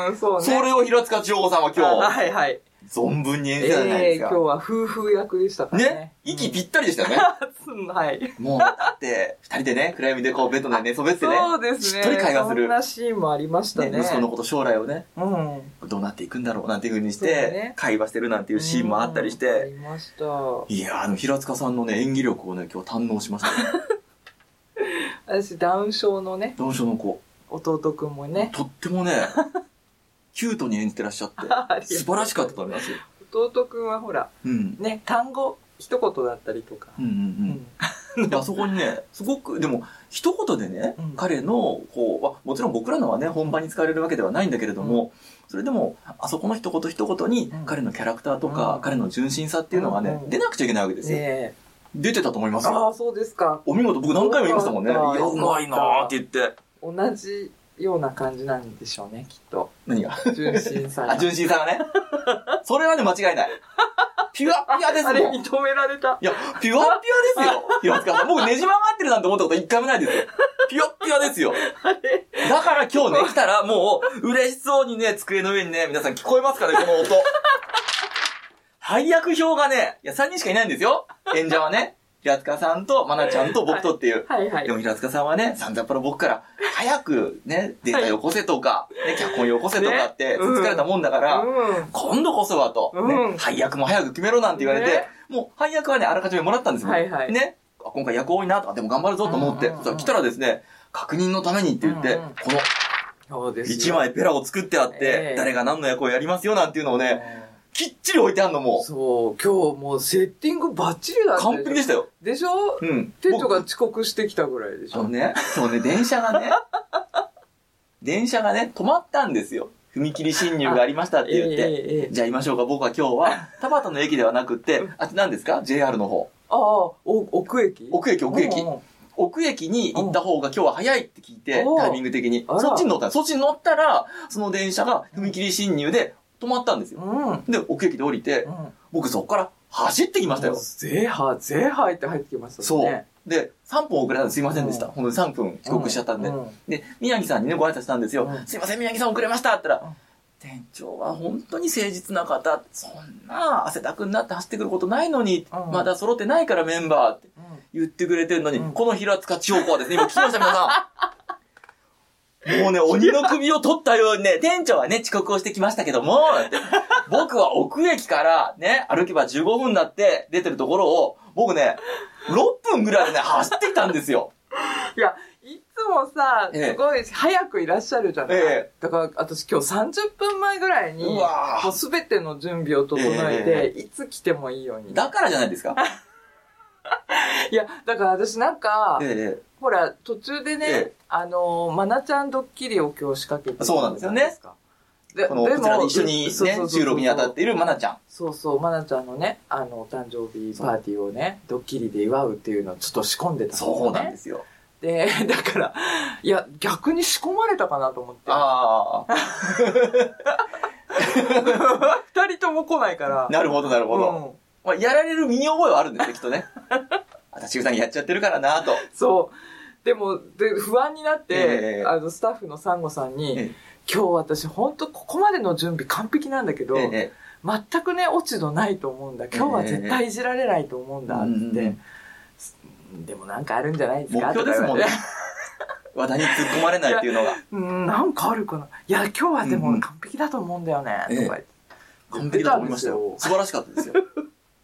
うん、そうね。それを平塚千代子さんは今日。 はいはい。 存分に演じたじゃないですか。 えー、今日は夫婦役でしたからね。ね。 息ぴったりでしたよね。 はい。 もう、だって、二人でね、暗闇でこうベッドで寝そべってね。 そうですね。 しっとり会話する。 そんなシーンもありましたね。 ね、息子のこと将来をね、うん、どうなっていくんだろうなんていう風にして、ね、会話してるなんていうシーンもあったりして。 ありました。 いや、あの、平塚さんのね、演技力をね、今日堪能しました、ね。 私、ダウン症のね。 ダウン症の子。 弟くんもね。 とってもね、キュートに演じてらっしゃって、素晴らしかったと思いますよ。 弟くんはほら、うん、ね、単語、一言だったりとか。うんうんうん。あそこにね、すごく、でも、一言でね、うん、彼の、こう、もちろん僕らのはね、本番に使われるわけではないんだけれども、うん、それでも、あそこの一言一言に、彼のキャラクターとか、うん、彼の純真さっていうのがね、うん、出なくちゃいけないわけですよ。ね、出てたと思いますよ。 ああ、そうですか。 お見事、僕何回も言いましたもんね。いや、うまいなーって言って。 同じような感じなんでしょうね、きっと。 何が純真さが。 あ、純真さがね。それはね、間違いない。ピュアピュアですもん。 あれ認められた。 いや、ピュアピュアですよ。平塚さん。僕ねじ曲がってるなんて思ったこと一回もないですよ。ピュアピュアですよ。だから今日ね、来たらもう、嬉しそうにね、机の上にね、皆さん聞こえますかね、この音。配役表がね、いや、さんにんしかいないんですよ。演者はね。平塚さんと、まなちゃんと僕とっていう。はいはいはい、でも平塚さんはね、さんざっぱら僕から、早くね、データよこせとか、はい、ね、脚本よこせとかって、つつかれたもんだから、ねうん、今度こそはと、うんね、配役も早く決めろなんて言われて、ね、もう配役はね、あらかじめもらったんですよ。はいはい、ね。今回役多いなとか、でも頑張るぞと思って、うんうんうん、来たらですね、確認のためにって言って、うんうん、この、一枚ペラを作ってあって、えー、誰が何の役をやりますよなんていうのをね、きっちり置いてあんのもう。 そう、今日もうセッティングバッチリだった。 完璧でしたよ。 でしょうん。店長が遅刻してきたぐらいでしょ。 あのね、そうね、電車がね、電車がね、止まったんですよ。踏切侵入がありましたって言って。えーえー、じゃあ言いましょうか。僕は今日は、田端の駅ではなくって、あ、何ですか ジェイアール の方。 ああ、奥駅奥駅、奥駅。奥駅に行った方が今日は早いって聞いて、タイミング的に。そっちに乗ったそっちに乗ったら、その電車が踏切侵入で、止まったんですよ。うん、で、奥駅で降りて、うん、僕そこから走ってきましたよ。 ゼーハー、ゼーハーって入ってきましたね。 そう。で、さんぷん遅れたんですいませんでした。うん、ほんとにさんぷん遅刻しちゃったんで。うん、で、宮城さんにね、ご挨拶したんですよ。うん、すいません、宮城さん遅れましたって言ったら、うん、店長は本当に誠実な方、そんな汗だくになって走ってくることないのに、うん、まだ揃ってないからメンバーって言ってくれてるのに、うん、この平塚千代子はですね、今聞きました皆さん。もうね、鬼の首を取ったようにね、店長はね、遅刻をしてきましたけども、って僕は奥駅からね、歩けばじゅうごふんになって出てるところを、僕ね、ろっぷんぐらいでね、走ってきたんですよ。 いや、いつもさ、すごい早くいらっしゃるじゃない、ええ、だから私今日さんじゅっぷんまえぐらいに、もうすべての準備を整えて、え、いつ来てもいいように。 だからじゃないですか。 いや、だから私なんか、ええ、ほら、途中でね、ええ、あの、まなちゃんドッキリを今日仕掛けてる。 そうなんですよね。で、この、こちらで一緒にね、収録に当たっているまなちゃん。 そうそう、まなちゃんのね、あの、お誕生日パーティーをね、ドッキリで祝うっていうのをちょっと仕込んでたんですよね。 そうなんですよ。 で、だから、いや、逆に仕込まれたかなと思って。 ああ。 二人とも来ないから。 なるほど、なるほど。うん、まあ、やられる身に覚えはあるんですよ、きっとね。私うさんやっちゃってるからなと。 そう。でも、で不安になって、えー、あの、スタッフのサンゴさんに、えー、今日私本当ここまでの準備完璧なんだけど、えー、全くね、落ち度ないと思うんだ。今日は絶対いじられないと思うんだ、って言って、えー、でもなんかあるんじゃないですか。 目標ですもんね。話題に突っ込まれないっていうのが。 うん、なんかあるかな。いや、今日はでも完璧だと思うんだよね、うんうん、とか言って。 完璧だと思いましたよ。素晴らしかったですよ。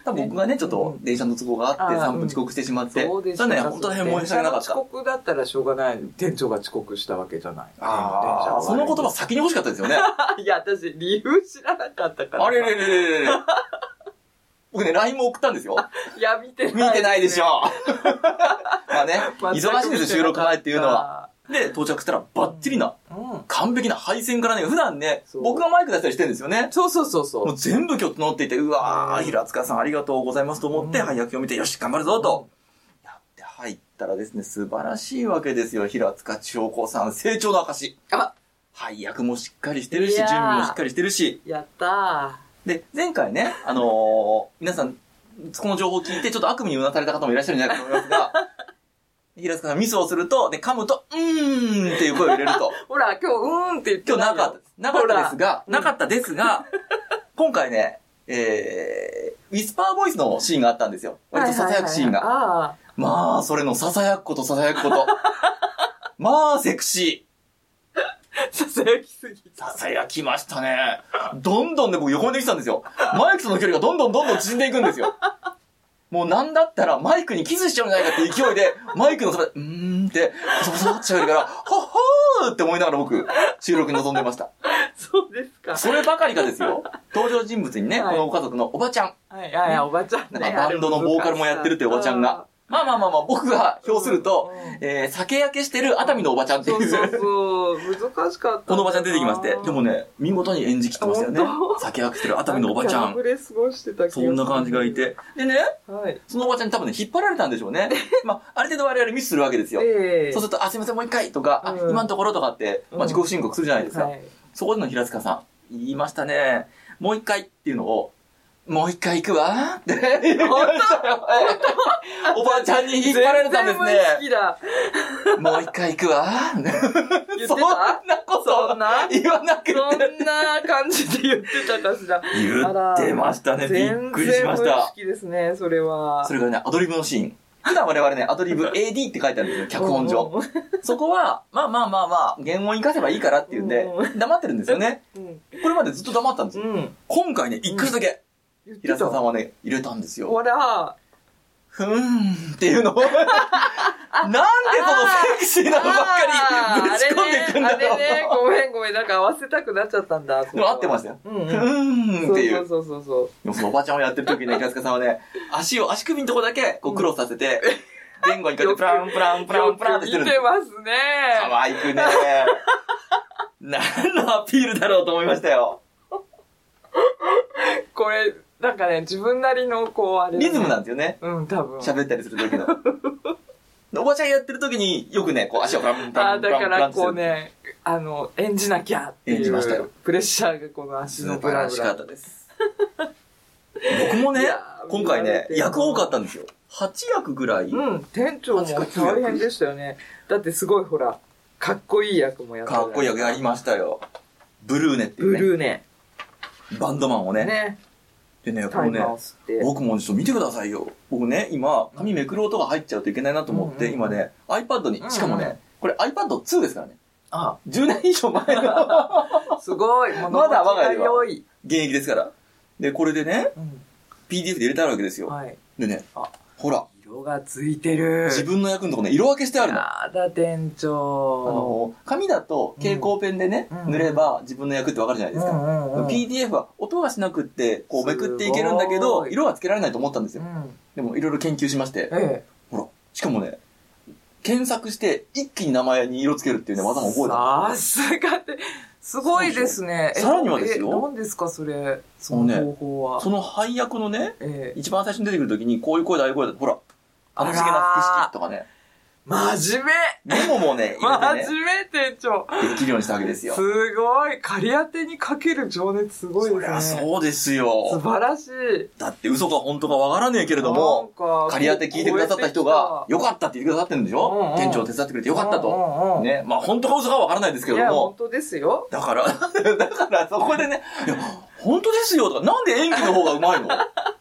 多分僕がね、ちょっと電車の都合があってさんぷん遅刻してしまって、そうですね、本当に申し訳なかった。 遅刻だったらしょうがない。店長が遅刻したわけじゃない。 ああ、その言葉先に欲しかったですよね。いや、私、理由知らなかったから。 あれれれれれれ。僕ね、ライン も送ったんですよ。 いや、見てない、 ね。見てないでしょ。まあね、忙しいんですよ、収録前っていうのは。で、到着したらバッチリな、うん、完璧な配線からね、普段ね、僕がマイク出したりしてるんですよね。 そうそうそうそう。 もう全部今日整っていて、うわー、平塚さんありがとうございますと思って、配役を見て、よし、頑張るぞと。やって入ったらですね、素晴らしいわけですよ、平塚千代子さん、成長の証。あ、配役もしっかりしてるし、準備もしっかりしてるし。 やったー。で、前回ね、あのー、皆さん、この情報を聞いて、ちょっと悪夢にうなされた方もいらっしゃるんじゃないかと思いますが、平塚さんミスをすると、で、噛むと、うーんっていう声を入れると。 ほら、今日、うーんって言って今日なかったです。なかったですが、なかったですが、今回ね、えー、ウィスパーボイスのシーンがあったんですよ。割と囁くシーンが。まあ、それの囁くこと囁くこと。まあ、セクシー。 囁きすぎた。囁きましたね。どんどんね、僕横にできたんですよ。マイクとの距離がどんどんどんどん縮んでいくんですよ。もうなんだったらマイクにキスしちゃうんじゃないかって勢いで、マイクのそばで、うーんって、ボソボソって喋るから、ほっほーって思いながら僕、収録に臨んでました。 そうですか。 そればかりかですよ。登場人物にね、はい、このご家族のおばちゃん。 はいはいはい、おばちゃん、ね。 なんかバンドのボーカルもやってるっていうおばちゃんが。まあまあまあまあ、僕が表すると、うんうん、えー、酒焼けしてる熱海のおばちゃんっていう。 そうそうそう、難しかった。 このおばちゃん出てきまして。でもね、見事に演じきってましたよね。酒焼けしてる熱海のおばちゃん。 キャラ過ごしてた気がする。 そんな感じがいて。でね、はい、そのおばちゃんに多分ね、引っ張られたんでしょうね。まあ、ある程度我々ミスするわけですよ。えー、そうすると、あ、すいません、もう一回とか、うん、あ、今のところとかって、まあ、自己申告するじゃないですか。うん、はい、そこでの平塚さん、言いましたね。もう一回っていうのを、もう一回行くわって言いましたよ。おばちゃんに引っ張られたんですね。 好きだ。 もう一回行くわ言ってた？ そんなことそんな言わなくて。 そんな感じで言ってたかしら。 言ってましたね。びっくりしました。 全然無意識ですね、それは。 それがね、アドリブのシーン。普段我々ね、アドリブ エーディー って書いてあるんですよ、脚本上。そこは、まあまあまあまあ、原音活かせばいいからっていうんで、黙ってるんですよね。これまでずっと黙ったんですよ。今回ね、一回だけ。平塚さんはね、入れたんですよ。 ほら。 ふーんっていうのを。なんでそのセクシーなのばっかりぶち込んでいくんだろう。 あれね、ごめんごめん、なんか合わせたくなっちゃったんだ。 でも合ってましたよ。ふーんっていう。 そうそうそうそう。 でもそのおばちゃんをやってる時に平塚さんはね、足を、足首のとこだけこうクロスさせて、前後にこうやってプランプランプランプランってしてる。 見てますね。 可愛くね。何のアピールだろうと思いましたよ。 これ、なんかね、自分なりの、こう、あれ、ね。 リズムなんですよね。 うん、多分。 喋ったりする時の。おばちゃんやってる時によくね、こう足をプランプランプランプランって。 あ、だからこうね、あの、演じなきゃっていう。演じましたよ。プレッシャーがこの足のプランプラン。 素晴らしかったです。僕もね、今回ね、役多かったんですよ。はち役ぐらい。 うん、店長も大変でしたよね。だってすごいほら、かっこいい役もやった。 かっこいい役やりましたよ。ブルーネっていうね。 ブルーネ。 バンドマンをね。ね。でね、このね、僕もちょっと見てくださいよ。僕ね、今、紙めくる音が入っちゃうといけないなと思って、うんうん、今ね、iPad に、しかもね、うんうん、これ アイパッドツー ですからね。ああじゅうねん以上前の。 すごい。 まだ我が家は現役ですから。で、これでね、うん、ピーディーエフ で入れてあるわけですよ。はい、でね、あ、ほら。 色がついてる。 自分の役のとこね、色分けしてあるの。 やだ、店長。 あの、紙だと蛍光ペンでね、うん、塗れば自分の役ってわかるじゃないですか。うんうんうん、ピーディーエフ は音がしなくって、こうめくっていけるんだけど、色はつけられないと思ったんですよ。うん、でもいろいろ研究しまして、ええ、ほら、しかもね、検索して一気に名前に色つけるっていうね、技も覚えた。 さすがって、すごいですね。 さらにはですよ。 何ですか、それ。その方法は。 その配役のね、ええ、一番最初に出てくるときに、こういう声だ、ああいう声だ、ほら、あの不思議な複式とかね。 真面目メモもね、 入れてね。真面目店長。 できるようにしたわけですよ。 すごい。借り当てにかける情熱すごいですね。そりゃそうですよ。 素晴らしい。 だって嘘か本当かわからねえけれども、借り当て聞いてくださった人が、よかったって言ってくださってるんでしょ、うんうん、店長手伝ってくれてよかったと。うんうん、ね。まあ本当か嘘かわからないですけれども。いや、 本当ですよ。 だから、だからそこでね、いや、本当ですよとか、なんで演技の方がうまいの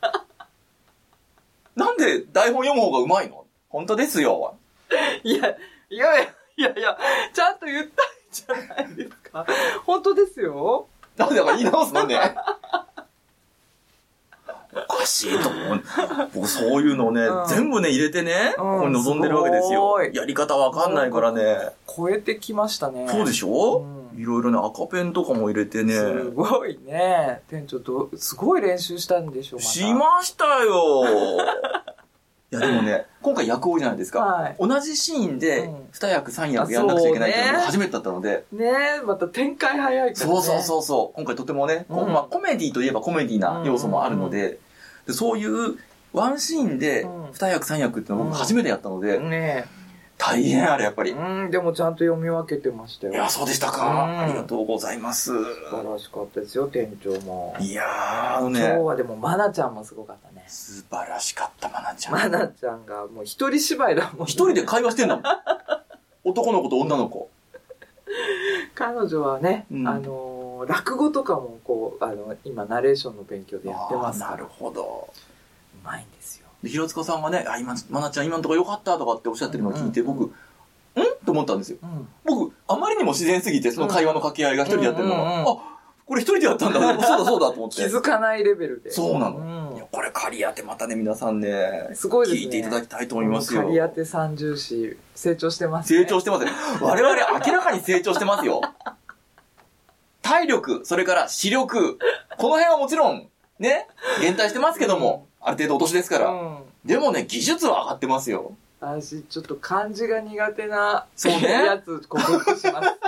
なんで台本読む方がうまいの本当ですよ。 いや、いやいや、いやいや、ちゃんと言ったんじゃないですか。本当ですよ。 なんでだから言い直すのね。おかしいと思う。僕そういうのをね、うん、全部ね、入れてね、うん、ここに臨んでるわけですよ。やり方わかんないからね。 超えてきましたね。 そうでしょ、うん、いろいろね、赤ペンとかも入れてね。 すごいね。店長ど、すごい練習したんでしょう、また。 しましたよ。いやでもね、今回役多いじゃないですか。はい、同じシーンでに役さん役やんなくちゃいけないっていうのが初めてだったので。 ねえ、また展開早いからね。 そうそうそうそう。今回とてもね、うん、まあコメディといえばコメディな要素もあるので、うんうん、でそういうワンシーンでに役さん役っていうのを僕初めてやったので、うん、ねえ。大変あれやっぱり。 うん、でもちゃんと読み分けてましたよ。 いや、そうでしたか。うん、ありがとうございます。素晴らしかったですよ、店長も。 いやー、あのね。 今日はでも、まなちゃんもすごかったね。 素晴らしかった、まなちゃん。 まなちゃんがもう一人芝居だもん、ね。 一人で会話してんだもん。男の子と女の子。 彼女はね、うん、あのー、落語とかもこう、あの、今、ナレーションの勉強でやってますから。 なるほど。 うまいんですよ。 で、平塚さんがね、あ、今、まなちゃん今のところよかったとかっておっしゃってるのを聞いて、うんうん、僕、んと思ったんですよ、うん、僕あまりにも自然すぎてその会話の掛け合いが一人でやってるのが、うんうんうんうん、あこれ一人でやったんだそうだそうだと思って気づかないレベルでそうなの、うん、いやこれ刈谷ってまたね皆さんねすごいですね聞いていただきたいと思いますよ。 刈谷三重視成長してますね。 成長してますよ我々明らかに成長してますよ体力それから視力この辺はもちろんね減退してますけども、うん、ある程度お年ですから、うん、でもね技術は上がってますよ。 私ちょっと漢字が苦手なそう、ね、やつ克服します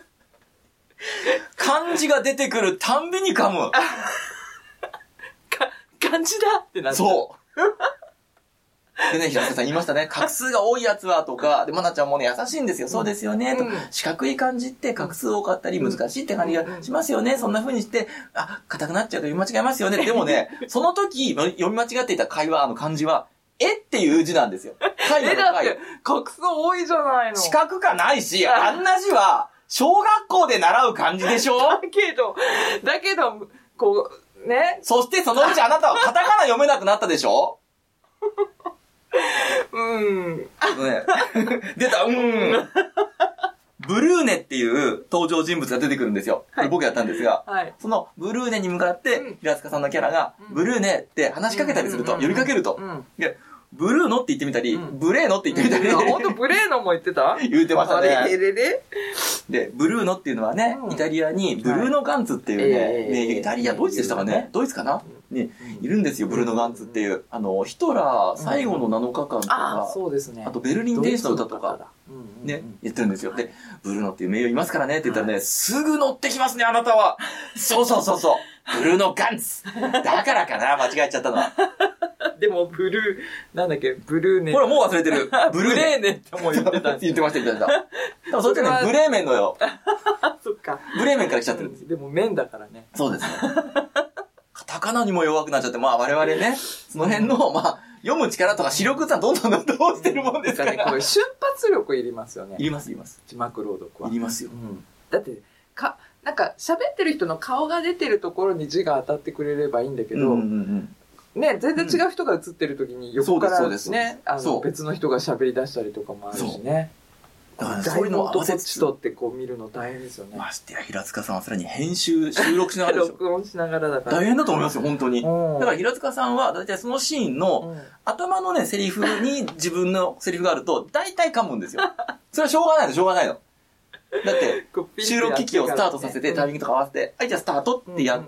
漢字が出てくるたんびに噛むか漢字だってなってそうでね平塚さん言いましたね画数が多いやつはとかでまなちゃんもね優しいんですよ、うん、そうですよね、うん、と四角い漢字って画数多かったり難しいって感じがしますよね、うん、そんな風にしてあ硬くなっちゃうと読み間違えますよねでもねその時読み間違っていた会話の漢字はえっていう字なんですよ。 え、だって、画数多いじゃないの。 四角かないし、あんな字は、小学校で習う漢字でしょだけど、だけど、こう、ね。 そしてそのうちあなたはカタカナ読めなくなったでしょうん。ね、 出た、うん。ブルーネっていう登場人物が出てくるんですよ。はい、僕やったんですが、はい、そのブルーネに向かって、平塚さんのキャラが、うん、ブルーネって話しかけたりすると、呼びかけると。うん、でブルーノって言ってみたり、うん、ブレーノって言ってみたり。 ほんとブレーノも言ってた言ってましたね。 あれれれで、ブルーノっていうのはね、うん、イタリアにブルーノ・ガンツっていうね、はいねイタリア、ドイツでしたかね、ドイツかな、うん、ね、いるんですよ、ブルーノ・ガンツっていう。あの、ヒトラー最後のなのかかんとか、 あ、そうですね。 あとベルリン天使の歌とか、ね、言ってるんですよ。で、ブルーノっていう名誉いますからねって言ったらね、すぐ乗ってきますね、あなたは。そうそうそうそう。ブルーノ・ガンツ。だからかな、間違えちゃったのは。 でも、ブルー、なんだっけ、ブルーネ。 ほら、もう忘れてる。 ブルーネってもう言ってたんです言ってました、言ってました。でもそっちね、ブレーメンのよ。 そっか。 ブレーメンから来ちゃってるんですよ。 でも、麺だからね。 そうですね。カタカナにも弱くなっちゃって、まあ我々ね、その辺の、まあ、読む力とか視力ってのはどんどんどんどん落ちてるもんですから。 ね、これ瞬発力いりますよね。 いります、いります。 字幕朗読は。 いりますよ。 うん。だって、か、なんか喋ってる人の顔が出てるところに字が当たってくれればいいんだけど、うんうんうんね、全然違う人が映ってる時に横からね、あの別の人が喋り出したりとかもあるしね。だからそういうのを合わせつつとってこう見るの大変ですよね。 ましてや平塚さんはさらに編集収録しながらでしょ。 録音しながらだから。 大変だと思いますよ本当に。だから平塚さんはだいたいそのシーンの頭のねセリフに自分のセリフがあると大体噛むんですよ。それはしょうがないのしょうがないの。だって収録機器をスタートさせてタイミングとか合わせて、はいじゃあスタートってやって、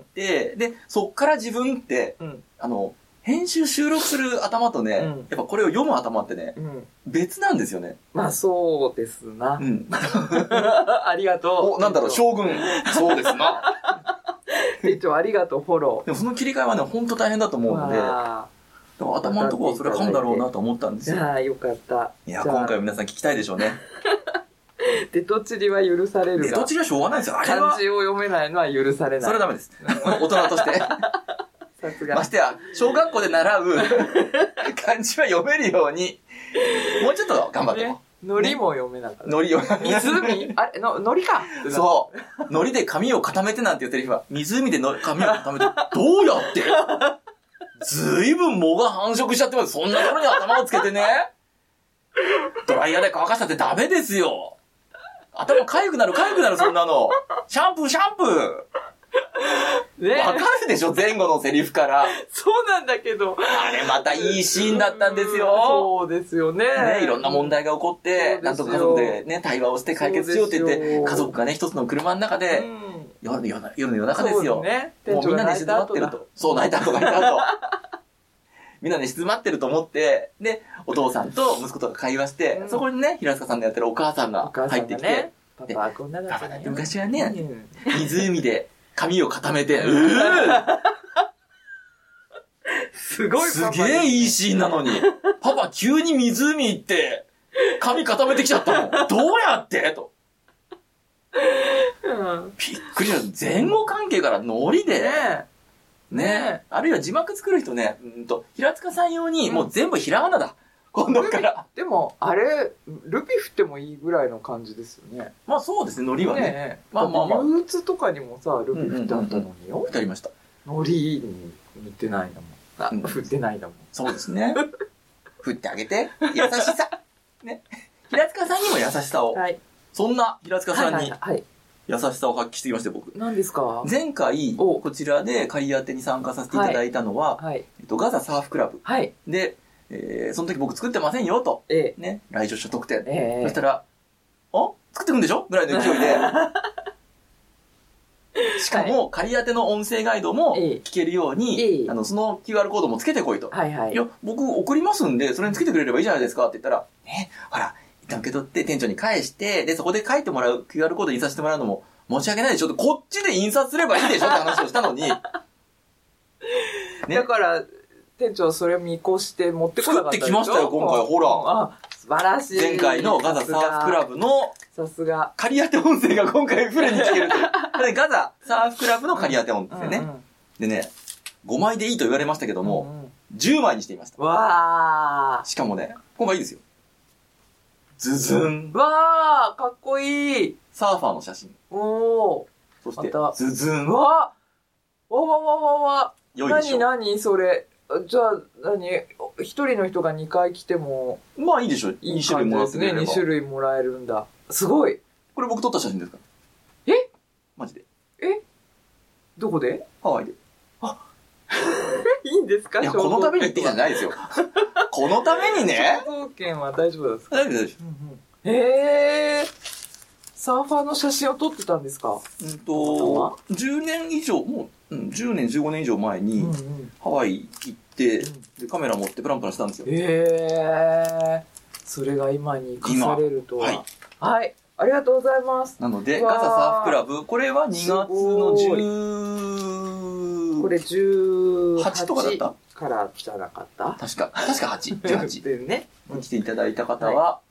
でそっから自分ってあの編集収録する頭とね、やっぱこれを読む頭ってね、別なんですよね。 まあそうですな。うん。ありがとう。 お、なんだろう将軍。そうですな。 一応ありがとうフォロー。 でもその切り替えはね本当大変だと思うので。でも頭のところはそれは噛むだろうなと思ったんですよ。 ああよかった。 いや今回皆さん聞きたいでしょうね。 デトチリは許されるが。 デトチリはしょうがないですよ。 漢字を読めないのは許されない。 それはダメです。大人として。さすが。ましてや、小学校で習う漢字は読めるように、もうちょっと頑張っても。 のりも読めなかった。 のりを。 湖あれ、の、のりか。 そう。のりで髪を固めてなんていうセリフは、湖での髪を固めて、どうやってずいぶん藻が繁殖しちゃってます。そんなところに頭をつけてね。ドライヤーで乾かしたってダメですよ。頭かゆくなるかゆくなるそんなの。シャンプーシャンプー。 ね、わかるでしょ前後のセリフから。 そうなんだけど。 あれまたいいシーンだったんですよ。 そうですよね。 ね、いろんな問題が起こって、なんとか家族でね、対話をして解決しようって言って、家族がね、一つの車の中で、うん、夜の夜の夜中ですよ。ね、もうみんなで静まってると。そう、泣いた後泣いた後。みんなで静まってると思って、で、お父さんと息子とか会話して、うん、そこにね、平塚さんのやってるお母さんが入ってきて、ね、 パパはこんなだったね。 昔はね、うん、湖で髪を固めて、うーすごいすげえいいシーンなのに、パパ急に湖行って、髪固めてきちゃったの。どうやってと。うん、びっくりした。前後関係からノリで、ねね, ねあるいは字幕作る人ね、うんと、平塚さん用にもう全部ひらがなだ。うん、今度から。 でも、あれ、ルピ振ってもいいぐらいの感じですよね。 まあそうですね、ノリはね。ねまあまあまあ。憂鬱とかにもさ、ルピ振ってあったのによ。 振ってありました。 ノリに似てないんだもん。あ、うん、振ってないんだもん。 そうですね。振ってあげて。優しさ。ね。平塚さんにも優しさを。はい。そんな平塚さんに。はいはいはい。優しさを発揮してきまして、僕。 何ですか？ 前回、こちらで仮当てに参加させていただいたのは、はいえっと、ガザサーフクラブ。はい、で、えー、その時僕作ってませんよ、と。ええ、ね。来場者特典。ええ、そしたら、あ作ってくんでしょぐらいの勢いで。しかも、仮当ての音声ガイドも聞けるように、ええ、あの、その キューアール コードもつけてこいと。はいはい。いや、僕送りますんで、それにつけてくれればいいじゃないですかって言ったら、ね、ほら、一旦受け取って店長に返して、で、そこで書いてもらう キューアール コードに印刷してもらうのも、申し訳ないでしょって、こっちで印刷すればいいでしょって話をしたのに。ね、 だから、店長それを見越して持ってこなかったでしょ。 作ってきましたよ、今回。ほら。 あ、素晴らしい。 前回のガザサーフクラブの、 さすが。 仮当て音声が今回フルに聞けるという。これガザサーフクラブの仮当て音ですよね。うんうん、でね、ごまいでいいと言われましたけども、うんうん、じゅうまいにしていました。わー。しかもね、今回いいですよ。ズズン。 わー、かっこいい。 サーファーの写真。おー。そして、ま、ズズン。 わわわわわわ。良いでしょ。何何それ。じゃあ、何一人の人がにかい来ても。 まあいいでしょ。に種類もらってくれれば。 に種類もらえるんだ。すごい。 これ僕撮った写真ですか？ えマジで。 えどこで？ ハワイで。あいいんですか？ いや、このために行ってきたんじゃないですよ。このためにね。 肖像権は大丈夫ですか？ 大丈夫です。 うんうん、へー。サーファーの写真を撮ってたんですか？ うんと、じゅうねん以上、もう、うん、じゅうねん、じゅうごねん以上前に、うんうん、ハワイ行って、うん、で、カメラ持ってプランプランしたんですよ。 へー。それが今に生かされるとは。はい。はい。ありがとうございます。 なので、ガザサーフクラブ、これはにがつのじゅう、 これじゅうはちはちとかだったからじゃなかった確か、確かはち、じゅうはち。 でね。 来ていただいた方は、はい、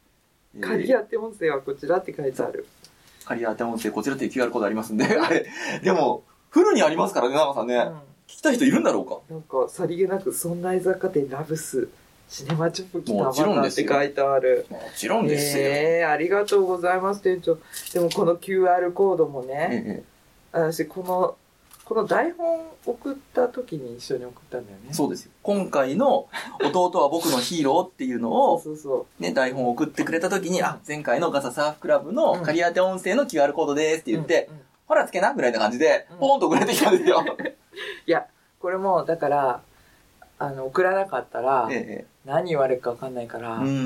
仮当て音声はこちらって書いてある。 仮当て音声こちらっていう キューアール コードありますんで、あれ、でも、フルにありますからね、長さんね、うん。聞きたい人いるんだろうか。 なんか、さりげなく、そんな雑貨店ラブス、シネマチョップキタバタって書いてある。 もちろんですよ。 えー、ありがとうございます、店長。でもこの キューアール コードもね、ええ、私、この、この台本送った時に一緒に送ったんだよね。 そうですよ。今回の弟は僕のヒーローっていうのを、そうそう、ね、台本を送ってくれた時に、あ、前回のガササーフクラブの仮当て音声の キューアール コードですって言って、うんうん、ほらつけなぐらいな感じで、ポーンと送られてきたんですよ。 いや、これも、だから、あの、送らなかったら、ええ、何言われるか分かんないから、うんうんうんうん、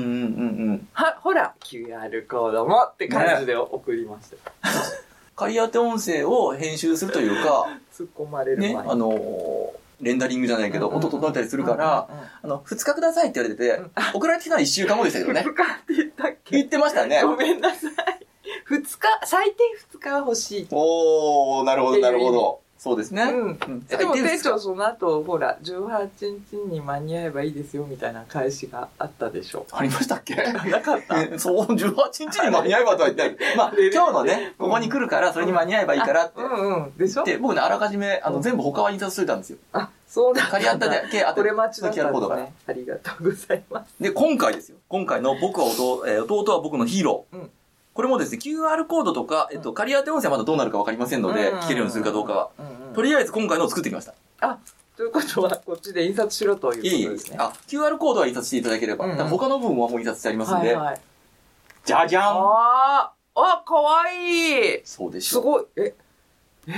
は、ほら、キューアール コードもって感じで送りました。ね、 仮当て音声を編集するというか、 突っ込まれる前に。 ね、あのー、レンダリングじゃないけど、うんうん、音整えたりするから、うんうんうん、あの、ふつかくださいって言われてて、うん、送られてきたのはいっしゅうかんごでしたけどね。 ふつかって言ったっけ？ 言ってましたね。 ごめんなさい。ふつか、最低ふつかは欲しい。 おー、なるほど、なるほど。そうですね。うん。うん、 でも店長その後、ほら、じゅうはちにちに間に合えばいいですよみたいな返しがあったでしょ。 ありましたっけ？ なかった。 そう、じゅうはちにちに間に合えばとは言ってない。まあ、今日のね、ここに来るから、それに間に合えばいいからって。 うんうん。でしょ？ で、僕ね、あらかじめ、あの、全部他は印刷しといたんですよ。 あ、そうだ。 仮当ただけ、あと、 これ待ちだったんですね。ありがとうございます。 で、今回ですよ。今回の僕は弟、えー、弟は僕のヒーロー。うん。これもですね、キューアール コードとか、えっと、仮当て音声はまだどうなるかわかりませんので、聞けるようにするかどうかは。とりあえず今回のを作ってきました。 あ、ということは、こっちで印刷しろということですね。いいですね。 あ、キューアール コードは印刷していただければ。うんうん、他の部分はもう印刷してありますんで。はいはい。じゃじゃん。 ああ、あ、かわいい。 そうでしょ。 すごい。え、え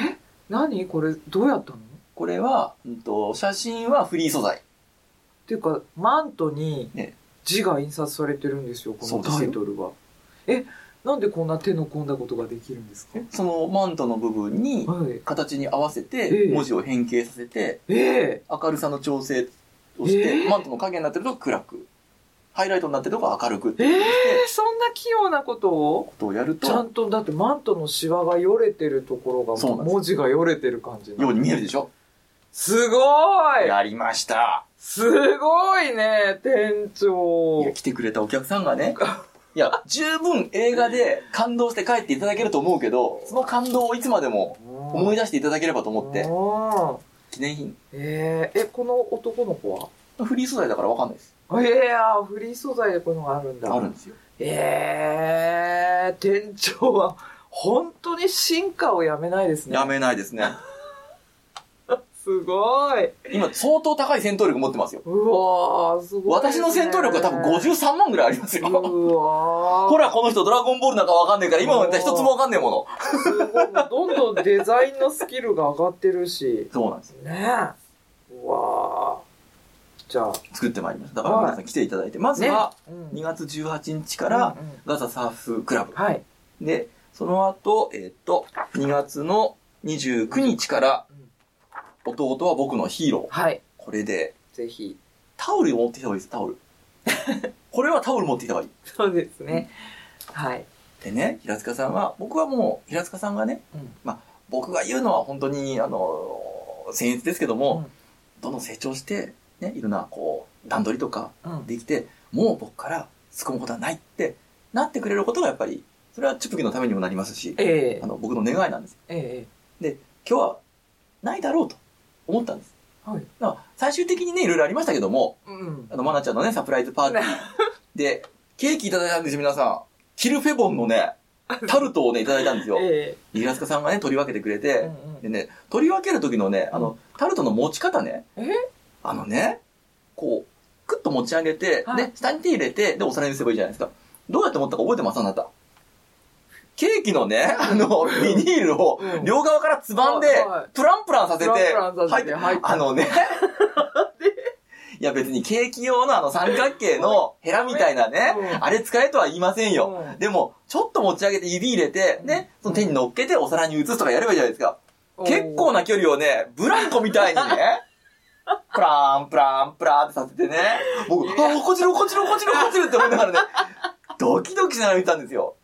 何これ、どうやったの？ これは、うんと、写真はフリー素材。 っていうか、マントに字が印刷されてるんですよ、このタイトルは。え、なんでこんな手の込んだことができるんですか？ そのマントの部分に、形に合わせて、文字を変形させて、 ええ、 明るさの調整をして、えー、マントの影になってると暗く、ハイライトになってるとこ明るくって。 ええー、そんな器用なことをことをやると。 ちゃんと、だってマントのシワがよれてるところが、文字がよれてる感じ。 ように見えるでしょ？ すごい！ やりました。 すごいね、店長。 いや、来てくれたお客さんがね、いや、十分映画で感動して帰っていただけると思うけど、その感動をいつまでも思い出していただければと思って、記念品。 えー、え、この男の子はフリー素材だからわかんないです。 ええー、フリー素材でこういうのがあるんだ。 あるんですよ。 ええー、店長は本当に進化をやめないですね。 やめないですね。 すごい。 今相当高い戦闘力持ってますよ。 うわー、すごい、ね。 私の戦闘力は多分ごじゅうさんまんぐらいありますよ。 うわー。 ほら、この人ドラゴンボールなんかわかんねえから、今まで一つもわかんねえもの。 すごい。どんどんデザインのスキルが上がってるし。 そうなんですよ。 ねえ。うわー。じゃあ。 作ってまいりました。だから皆さん来ていただいて、まずはにがつじゅうはちにちからガザサーフクラブ。 はい。 で、その後、えっと、にがつのにじゅうくにちから、弟は僕のヒーロー。 はい。 これで、 ぜひ。 タオルを持ってきた方がいいです、タオル。これはタオル持ってきた方がいい。 そうですね。はい。 でね、平塚さんは、僕はもう、平塚さんがね、うん、まあ、僕が言うのは本当に、あの、僭越ですけども、うん、どんどん成長して、ね、いろんな、こう、段取りとかできて、うん、もう僕から突っ込むことはないってなってくれることがやっぱり、それはチュプキのためにもなりますし、えー、あの僕の願いなんです。えー、で、今日はないだろうと思ったんです。はい、だから最終的にね、いろいろありましたけども、うん、あの、まなちゃんのね、サプライズパーティーで、ケーキいただいたんですよ、皆さん。キルフェボンのね、タルトをね、いただいたんですよ。えー、平塚さんがね、取り分けてくれて、うんうん、でね、取り分ける時のね、あの、タルトの持ち方ね、えー、あのね、こう、クッと持ち上げて、はい、で、下に手入れて、で、お皿にすればいいじゃないですか。どうやって持ったか覚えてますあなた。ケーキのね、あの、ビニールを両側からつばんで、プランプランさせて、入って、あのね、いや別にケーキ用のあの三角形のヘラみたいなね、あれ使えとは言いませんよ。でも、ちょっと持ち上げて指入れて、ね、その手に乗っけてお皿に移すとかやればいいじゃないですか。結構な距離をね、ブランコみたいにね、プランプランプランってさせてね、僕、あ、落っこちる落っこちる落っこちる落っこちるって思いながらね、ドキドキしながら見たんですよ。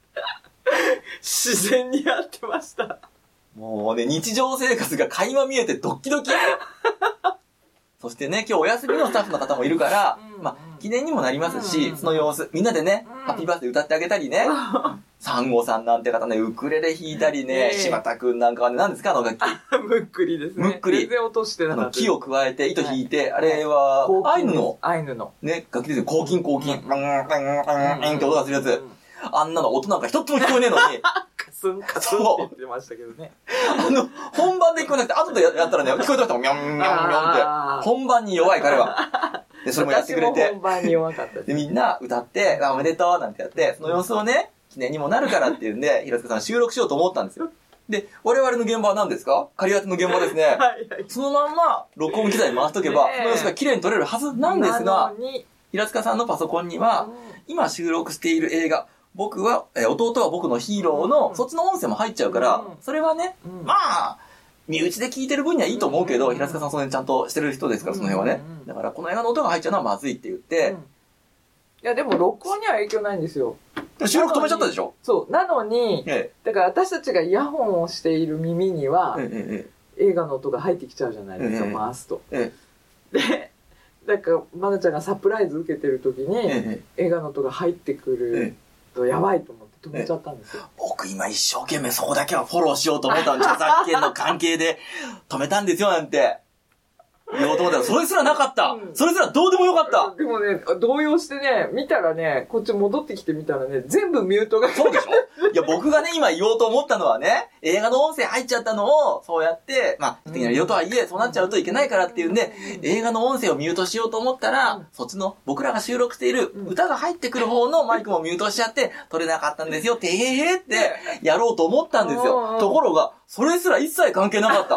自然にやってました。 もうね、日常生活が垣間見えてドッキドキ。そしてね、今日お休みのスタッフの方もいるから、うん、まあ、記念にもなりますし、うん、その様子、みんなでね、うん、ハッピーバースデー歌ってあげたりね、サンゴさんなんて方ね、ウクレレ弾いたりね、柴田くんなんかはね、何ですかあの楽器。 むっくりですね。 むっくり。 全然落としてなかった。 木を加えて、糸引いて、はい、あれは、アイヌの、 アイヌの。 ね、楽器ですよ。抗菌抗菌。うん、うん、うん、うんって音がするやつ。あんなの音なんか一つも聞こえねえのに。 カスンカスンって言ってましたけどね。 あの、本番で聞こえなくて、後でやったらね、聞こえてましたもん。ミョンミョンミョンって。本番に弱い彼は。で、それもやってくれて。 私も本番に弱かったです。 で、みんな歌って、おめでとうなんてやって、その様子をね、記念にもなるからっていうんで、平塚さん収録しようと思ったんですよ。で、我々の現場は何ですか？仮当ての現場ですね。はいはい。そのまんま、録音機材回しとけば、その様子が綺麗に撮れるはずなんですが、平塚さんのパソコンには、今収録している映画、僕は、えー、弟は僕のヒーローの、うん、そっちの音声も入っちゃうから、うん、それはね、うん、まあ、身内で聞いてる分にはいいと思うけど、うん、平塚さんその辺ちゃんとしてる人ですから、その辺はね。うん、だから、この映画の音が入っちゃうのはまずいって言って、うん、いや、でも、録音には影響ないんですよ。 収録止めちゃったでしょ？ そう。なのに、ええ、だから私たちがイヤホンをしている耳には、ええ、映画の音が入ってきちゃうじゃないですか、ええ、回すと。ええ、で、だから、まなちゃんがサプライズ受けてる時に、ええ、映画の音が入ってくる、ええやばいと思って止めちゃったんですよ。 僕今一生懸命そこだけはフォローしようと思ったのに、著作権の関係で止めたんですよなんて言おうと思ったら、それすらなかった、うん、それすらどうでもよかった。 でもね、動揺してね、見たらね、こっち戻ってきてみたらね、全部ミュートが。 そうでしょいや、僕がね、今言おうと思ったのはね、映画の音声入っちゃったのを、そうやって、まあ、的な理由とはいえ、そうなっちゃうといけないからっていうんで、映画の音声をミュートしようと思ったら、そっちの僕らが収録している歌が入ってくる方のマイクもミュートしちゃって、撮れなかったんですよ、てへへってやろうと思ったんですよ。ところが、それすら一切関係なかった。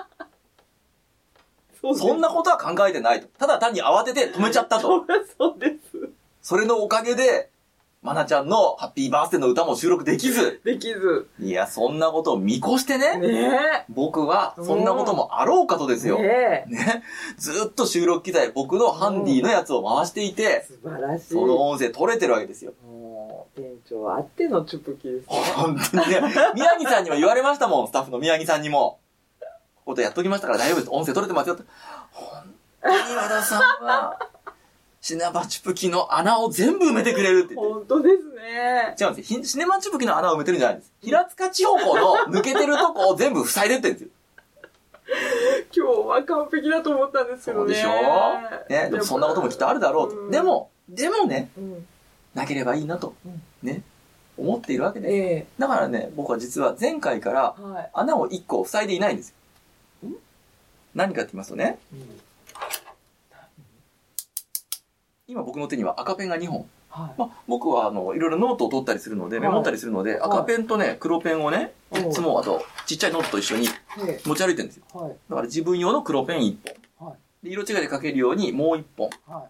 そんなことは考えてないと。ただ単に慌てて止めちゃったと。 そうです。 それのおかげで、まなちゃんのハッピーバースデーの歌も収録できず。 できず。 いや、そんなことを見越してね。 ね僕は、そんなこともあろうかとですよ。 ねね。ずっと収録機材、僕のハンディのやつを回していて、 素晴らしい。 その音声取れてるわけですよ。 もう、店長あってのチュプキですね。 本当にね。宮城さんにも言われましたもん、スタッフの宮城さんにも。こことやっときましたから大丈夫です。音声取れてますよって。本当に和田さんは、シネマチュプキの穴を全部埋めてくれるって言って。 本当ですね。 違うんですよ。シネマチュプキの穴を埋めてるんじゃないんです。平塚千穂子の抜けてるとこを全部塞いでってんですよ。 今日は完璧だと思ったんですけどね。 そうでしょね。でもそんなこともきっとあるだろうと。うん、でも、でもね、うん、なければいいなと、うん、ね、思っているわけです。えー、だからね、僕は実は前回から穴をいっこ塞いでいないんですよ。はい、何かって言いますとね、うん、今僕の手には赤ペンがにほん。はい、まあ、僕はあのいろいろノートを取ったりするので、メモったりするので、はい、赤ペンとね、黒ペンをね、いつもあとちっちゃいノートと一緒に持ち歩いてるんですよ。はい、だから自分用の黒ペンいっぽん。はい、で色違いで書けるようにもういっぽん。はい、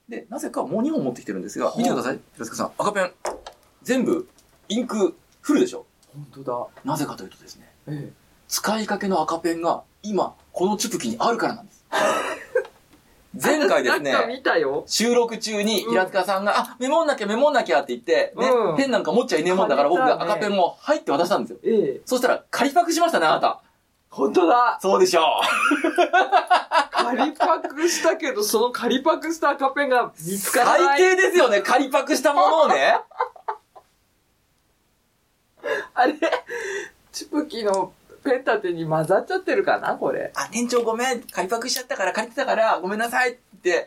で、なぜかもうにほん持ってきてるんですが、はい、見てください。平塚さん、赤ペン、全部インクフルでしょ。 本当だ。 なぜかというとですね、ええ、使いかけの赤ペンが今、このチュプキにあるからなんです。前回ですね、収録中に平塚さんが、うん、あ、メモんなきゃメモんなきゃって言って、ね、うん、ペンなんか持っちゃいねえもんだから僕が赤ペンを入って渡したんですよ。ええ、そしたら、仮パクしましたね、あなた。 本当だ。 そうでしょう。 仮パクしたけど、その仮パクした赤ペンが見つからない。 最低ですよね、仮パクしたものをね。 あれ、チュプキのペン立てに混ざっちゃってるかなこれ。 あ、店長ごめん、仮パクしちゃったから、借りてたから、ごめんなさいって、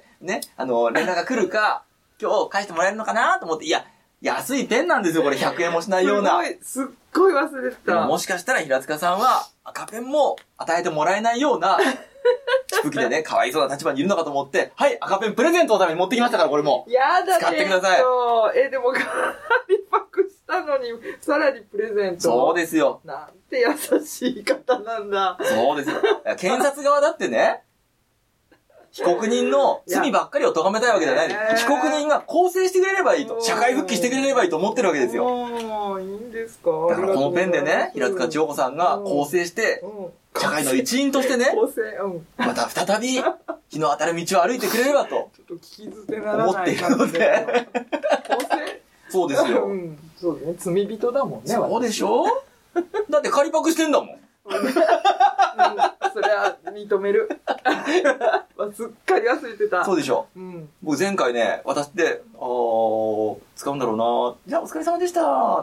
ね、あの、連絡が来るか、今日返してもらえるのかなと思って、いや、安いペンなんですよ、これひゃくえんもしないような。 すごい、すっごい忘れてた。 もしかしたら平塚さんは、赤ペンも与えてもらえないような、チュプキでね、かわいそうな立場にいるのかと思って、はい、赤ペンプレゼントのために持ってきましたから、これも。 やだね。 使ってください。 え、でも、仮パクしたのに、さらにプレゼント。 そうですよ。 なんて優しい方なんだ。 そうですよ。検察側だってね、被告人の罪ばっかりを咎めたいわけじゃないです。被告人が更生してくれればいいと。社会復帰してくれればいいと思ってるわけですよ。 ああ、いいんですか。 だからこのペンでね、平塚千代子さんが更生して、社会の一員としてね、また再び日の当たる道を歩いてくれればと。ちょっと聞き捨てならない思っているので。 更生そうですよ。 うん、そうね。罪人だもんね。 そうでしょだって仮パクしてんだもん。 うん、それは認める。すっかり忘れてた。 そうでしょ。うん、僕前回ね、渡して、あー、使うんだろうな。じゃあお疲れ様でした。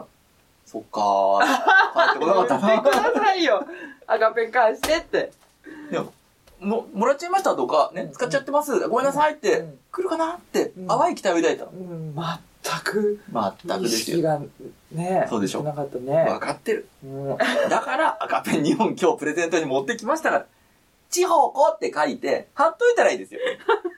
そっかー。帰ってこなかったな。 言ってくださいよ。赤ペン返してって。 いや、も、もらっちゃいましたとか、ね、使っちゃってます。ごめんなさいって、うん、来るかなって、淡い期待を抱いたの。 うん、全く。 全くですよ。 意識がね。 そうでしょ。 なかったね。 分かってる。うん、だから赤ペンにほん今日プレゼントに持ってきましたから。地方子って書いて、貼っといたらいいですよ。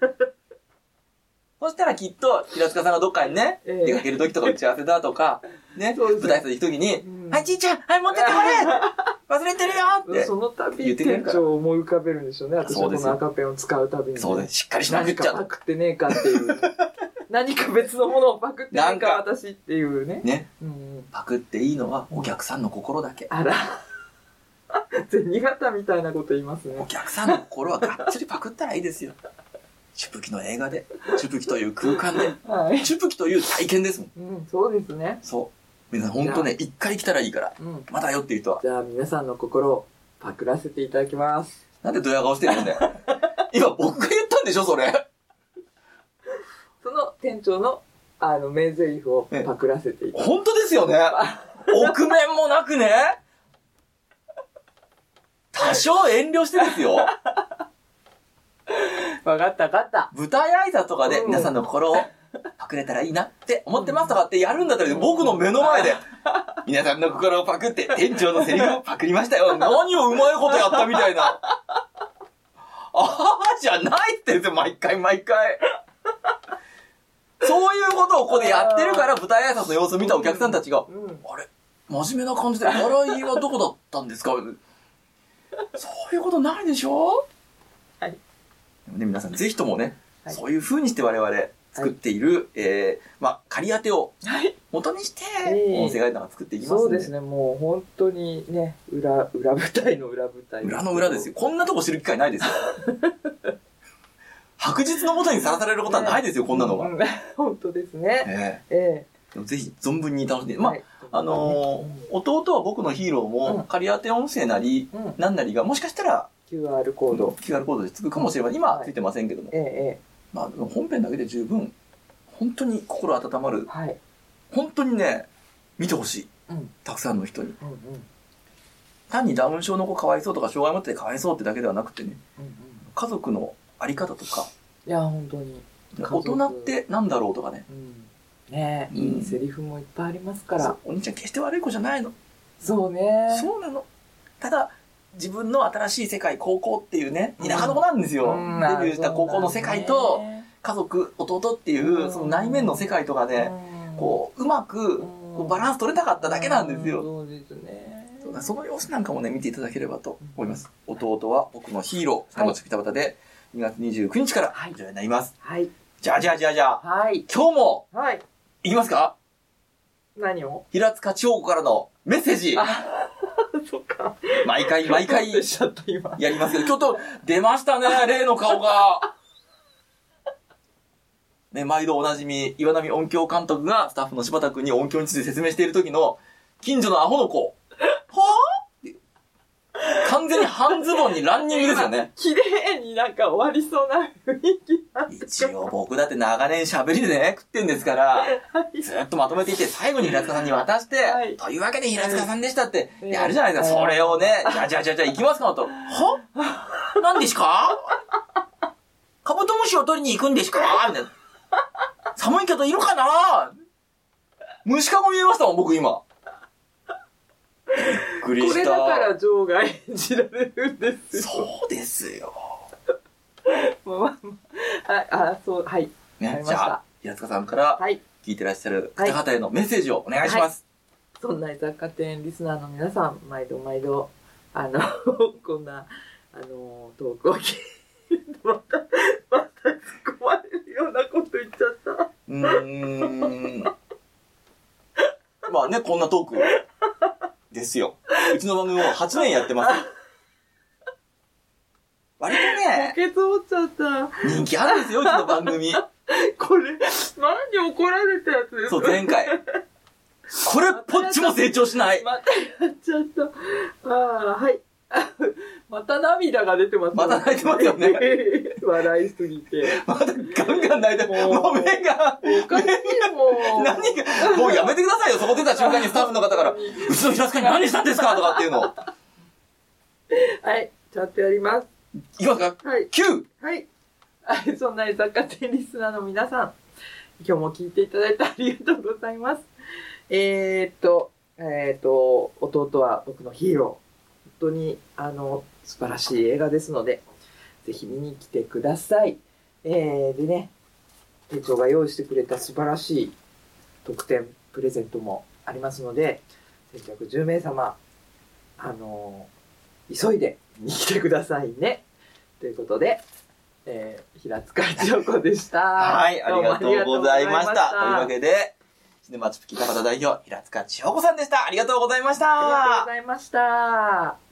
そしたらきっと、平塚さんがどっかにね、えー、出かける時とか打ち合わせだとか、ね、舞台袖行く時に、うん、はい、ちいちゃん、はい、持ってってこれ忘れてるよって。 その度、店長を思い浮かべるんでしょうね。私はこの赤ペンを使うたびに、ね。 そうです。しっかりしなくっちゃう。 何かパクってねえかっていう。何か別のものをパクってねえか私っていうね。 ね、うん。パクっていいのはお客さんの心だけ。 あら。銭形みたいなこと言いますね。 お客さんの心はがっつりパクったらいいですよ。チュプキの映画で、チュプキという空間で、はい、チュプキという体験ですもん。うん、そうですね。 そう。皆さん本当ね、一回来たらいいから、うん、まだよっていう人は。 じゃあ皆さんの心をパクらせていただきます。 なんでドヤ顔してるんだよ。今僕が言ったんでしょ、それ。 その店長の、あの、名台詞をパクらせていただきます。 本当ですよね。臆面もなくね。多少遠慮してですよ。 わかったわかった。 舞台挨拶とかで皆さんの心をパクれたらいいなって思ってますとかってやるんだったら、僕の目の前で、皆さんの心をパクって、店長のセリフをパクりましたよ。何をうまいことやったみたいな。ああ、じゃないって言うんですよ、毎回毎回。そういうことをここでやってるから、舞台挨拶の様子を見たお客さんたちが、あれ真面目な感じで、笑いはどこだったんですかそういうことないでしょ。はい。でもね、皆さんぜひともね、はい、そういう風にして我々作っている、はい、えー、まあ、仮当てを元にして、音声ガイドが作っていきますので、 そうですね、もう本当にね、裏、裏舞台の裏舞台。 裏の裏ですよ。こんなとこ知る機会ないですよ。白日の元にさらされることはないですよ、ね、こんなのが。うん、 本当ですね。えー、えー、でもぜひ存分に楽しんで、まあ、はい、あのー、弟は僕のヒーローも、仮当て音声なり、うん、何なりが、もしかしたら、 キューアール コード。 キューアール コードでつくかもしれません。今はついてませんけども。 はい、ええまあ、本編だけで十分、本当に心温まる。 はい、 本当にね、見てほしい、うん。たくさんの人に、うんうん。単にダウン症の子かわいそうとか、障害持っててかわいそうってだけではなくてね、うんうん、家族のあり方とか、 いや、本当に。 大人ってなんだろうとかね。 うんねえ、うん、いいセリフもいっぱいありますから。 お兄ちゃん決して悪い子じゃないの。 そうね。 そうなの。ただ、自分の新しい世界、高校っていうね、田舎の子なんですよ。うん、デビューした高校の世界と、家族、弟っていう、うん、その内面の世界とかね、うん、こう、うまく、こうバランス取れたかっただけなんですよ。 うん、そうですね。 その様子なんかもね、見ていただければと思います。弟は僕のヒーロー、双葉ピタバタで、にがつにじゅうくにちから上映になります。 はい。 じゃあじゃあじゃあじゃあ、 はい、 今日も、 はい。 いきますか？ 何を？ 平塚千代子からのメッセージ。 あ、そっか。 毎回毎回やりますけど、ちょっと出ましたね、例の顔が。ね、毎度おなじみ、岩波音響監督がスタッフの柴田くんに音響について説明している時の、近所のアホの子。はぁ？完全に半ズボンにランニングですよね。 綺麗になんか終わりそうな雰囲気なん一応僕だって長年喋りでね、食ってんですから、はい、ずっとまとめていて、最後に平塚さんに渡して、はい、というわけで平塚さんでしたって、やるじゃないですか。はい、それをね、じゃあじゃあじゃあじゃあ行きますかと。は？何ですか？カブトムシを取りに行くんですか？みたいな。寒いけどいるかな？虫かご見えましたもん、僕今。びっくりした。 これだからジョーが演じられるんですよ。 そうですよ。 まあまあ、はい、あ、そう、はい。 ね、じゃあ、平塚さんから、聞いてらっしゃる方々へのメッセージをお願いします。 はい、そんな雑貨店リスナーの皆さん、毎度毎度、あの、こんな、あの、トークを聞いて、また、また突っ込まれるようなこと言っちゃった。 うーん。まあね、こんなトークですよ。うちの番組もはちねんやってます。割とね、 ポケツ折っちゃった。 人気あるんですよ、うちの番組。 これ、前に怒られたやつです。 そう、前回。これ、ぽっちも成長しない。 またやっちゃった。ああ、はい。また涙が出てます、ね。 また泣いてますよね。 笑いすぎて。 またガンガン泣いて、もう目が、 おかしいもん。 何が、もうやめてくださいよ、そこ出た瞬間にスタッフの方から、うちの平塚に何したんですかとかっていうのを。 はい、ちゃんとやります。 いきますか？ はい。 きゅう! はい。そんな雑貨店リスナーの皆さん、今日も聞いていただいてありがとうございます。えー、っと、えー、っと、弟は僕のヒーロー。本当に、あの、素晴らしい映画ですので、ぜひ見に来てください。えー、でね、店長が用意してくれた素晴らしい特典、プレゼントもありますので、先着じゅうめいさま、あのー、急いで見に来てくださいね。ということで、えー、平塚千代子でした。 はい、ありがとうございました。というわけで、シネマチュピキタバタ代表、平塚千代子さんでした。ありがとうございました。 ありがとうございました。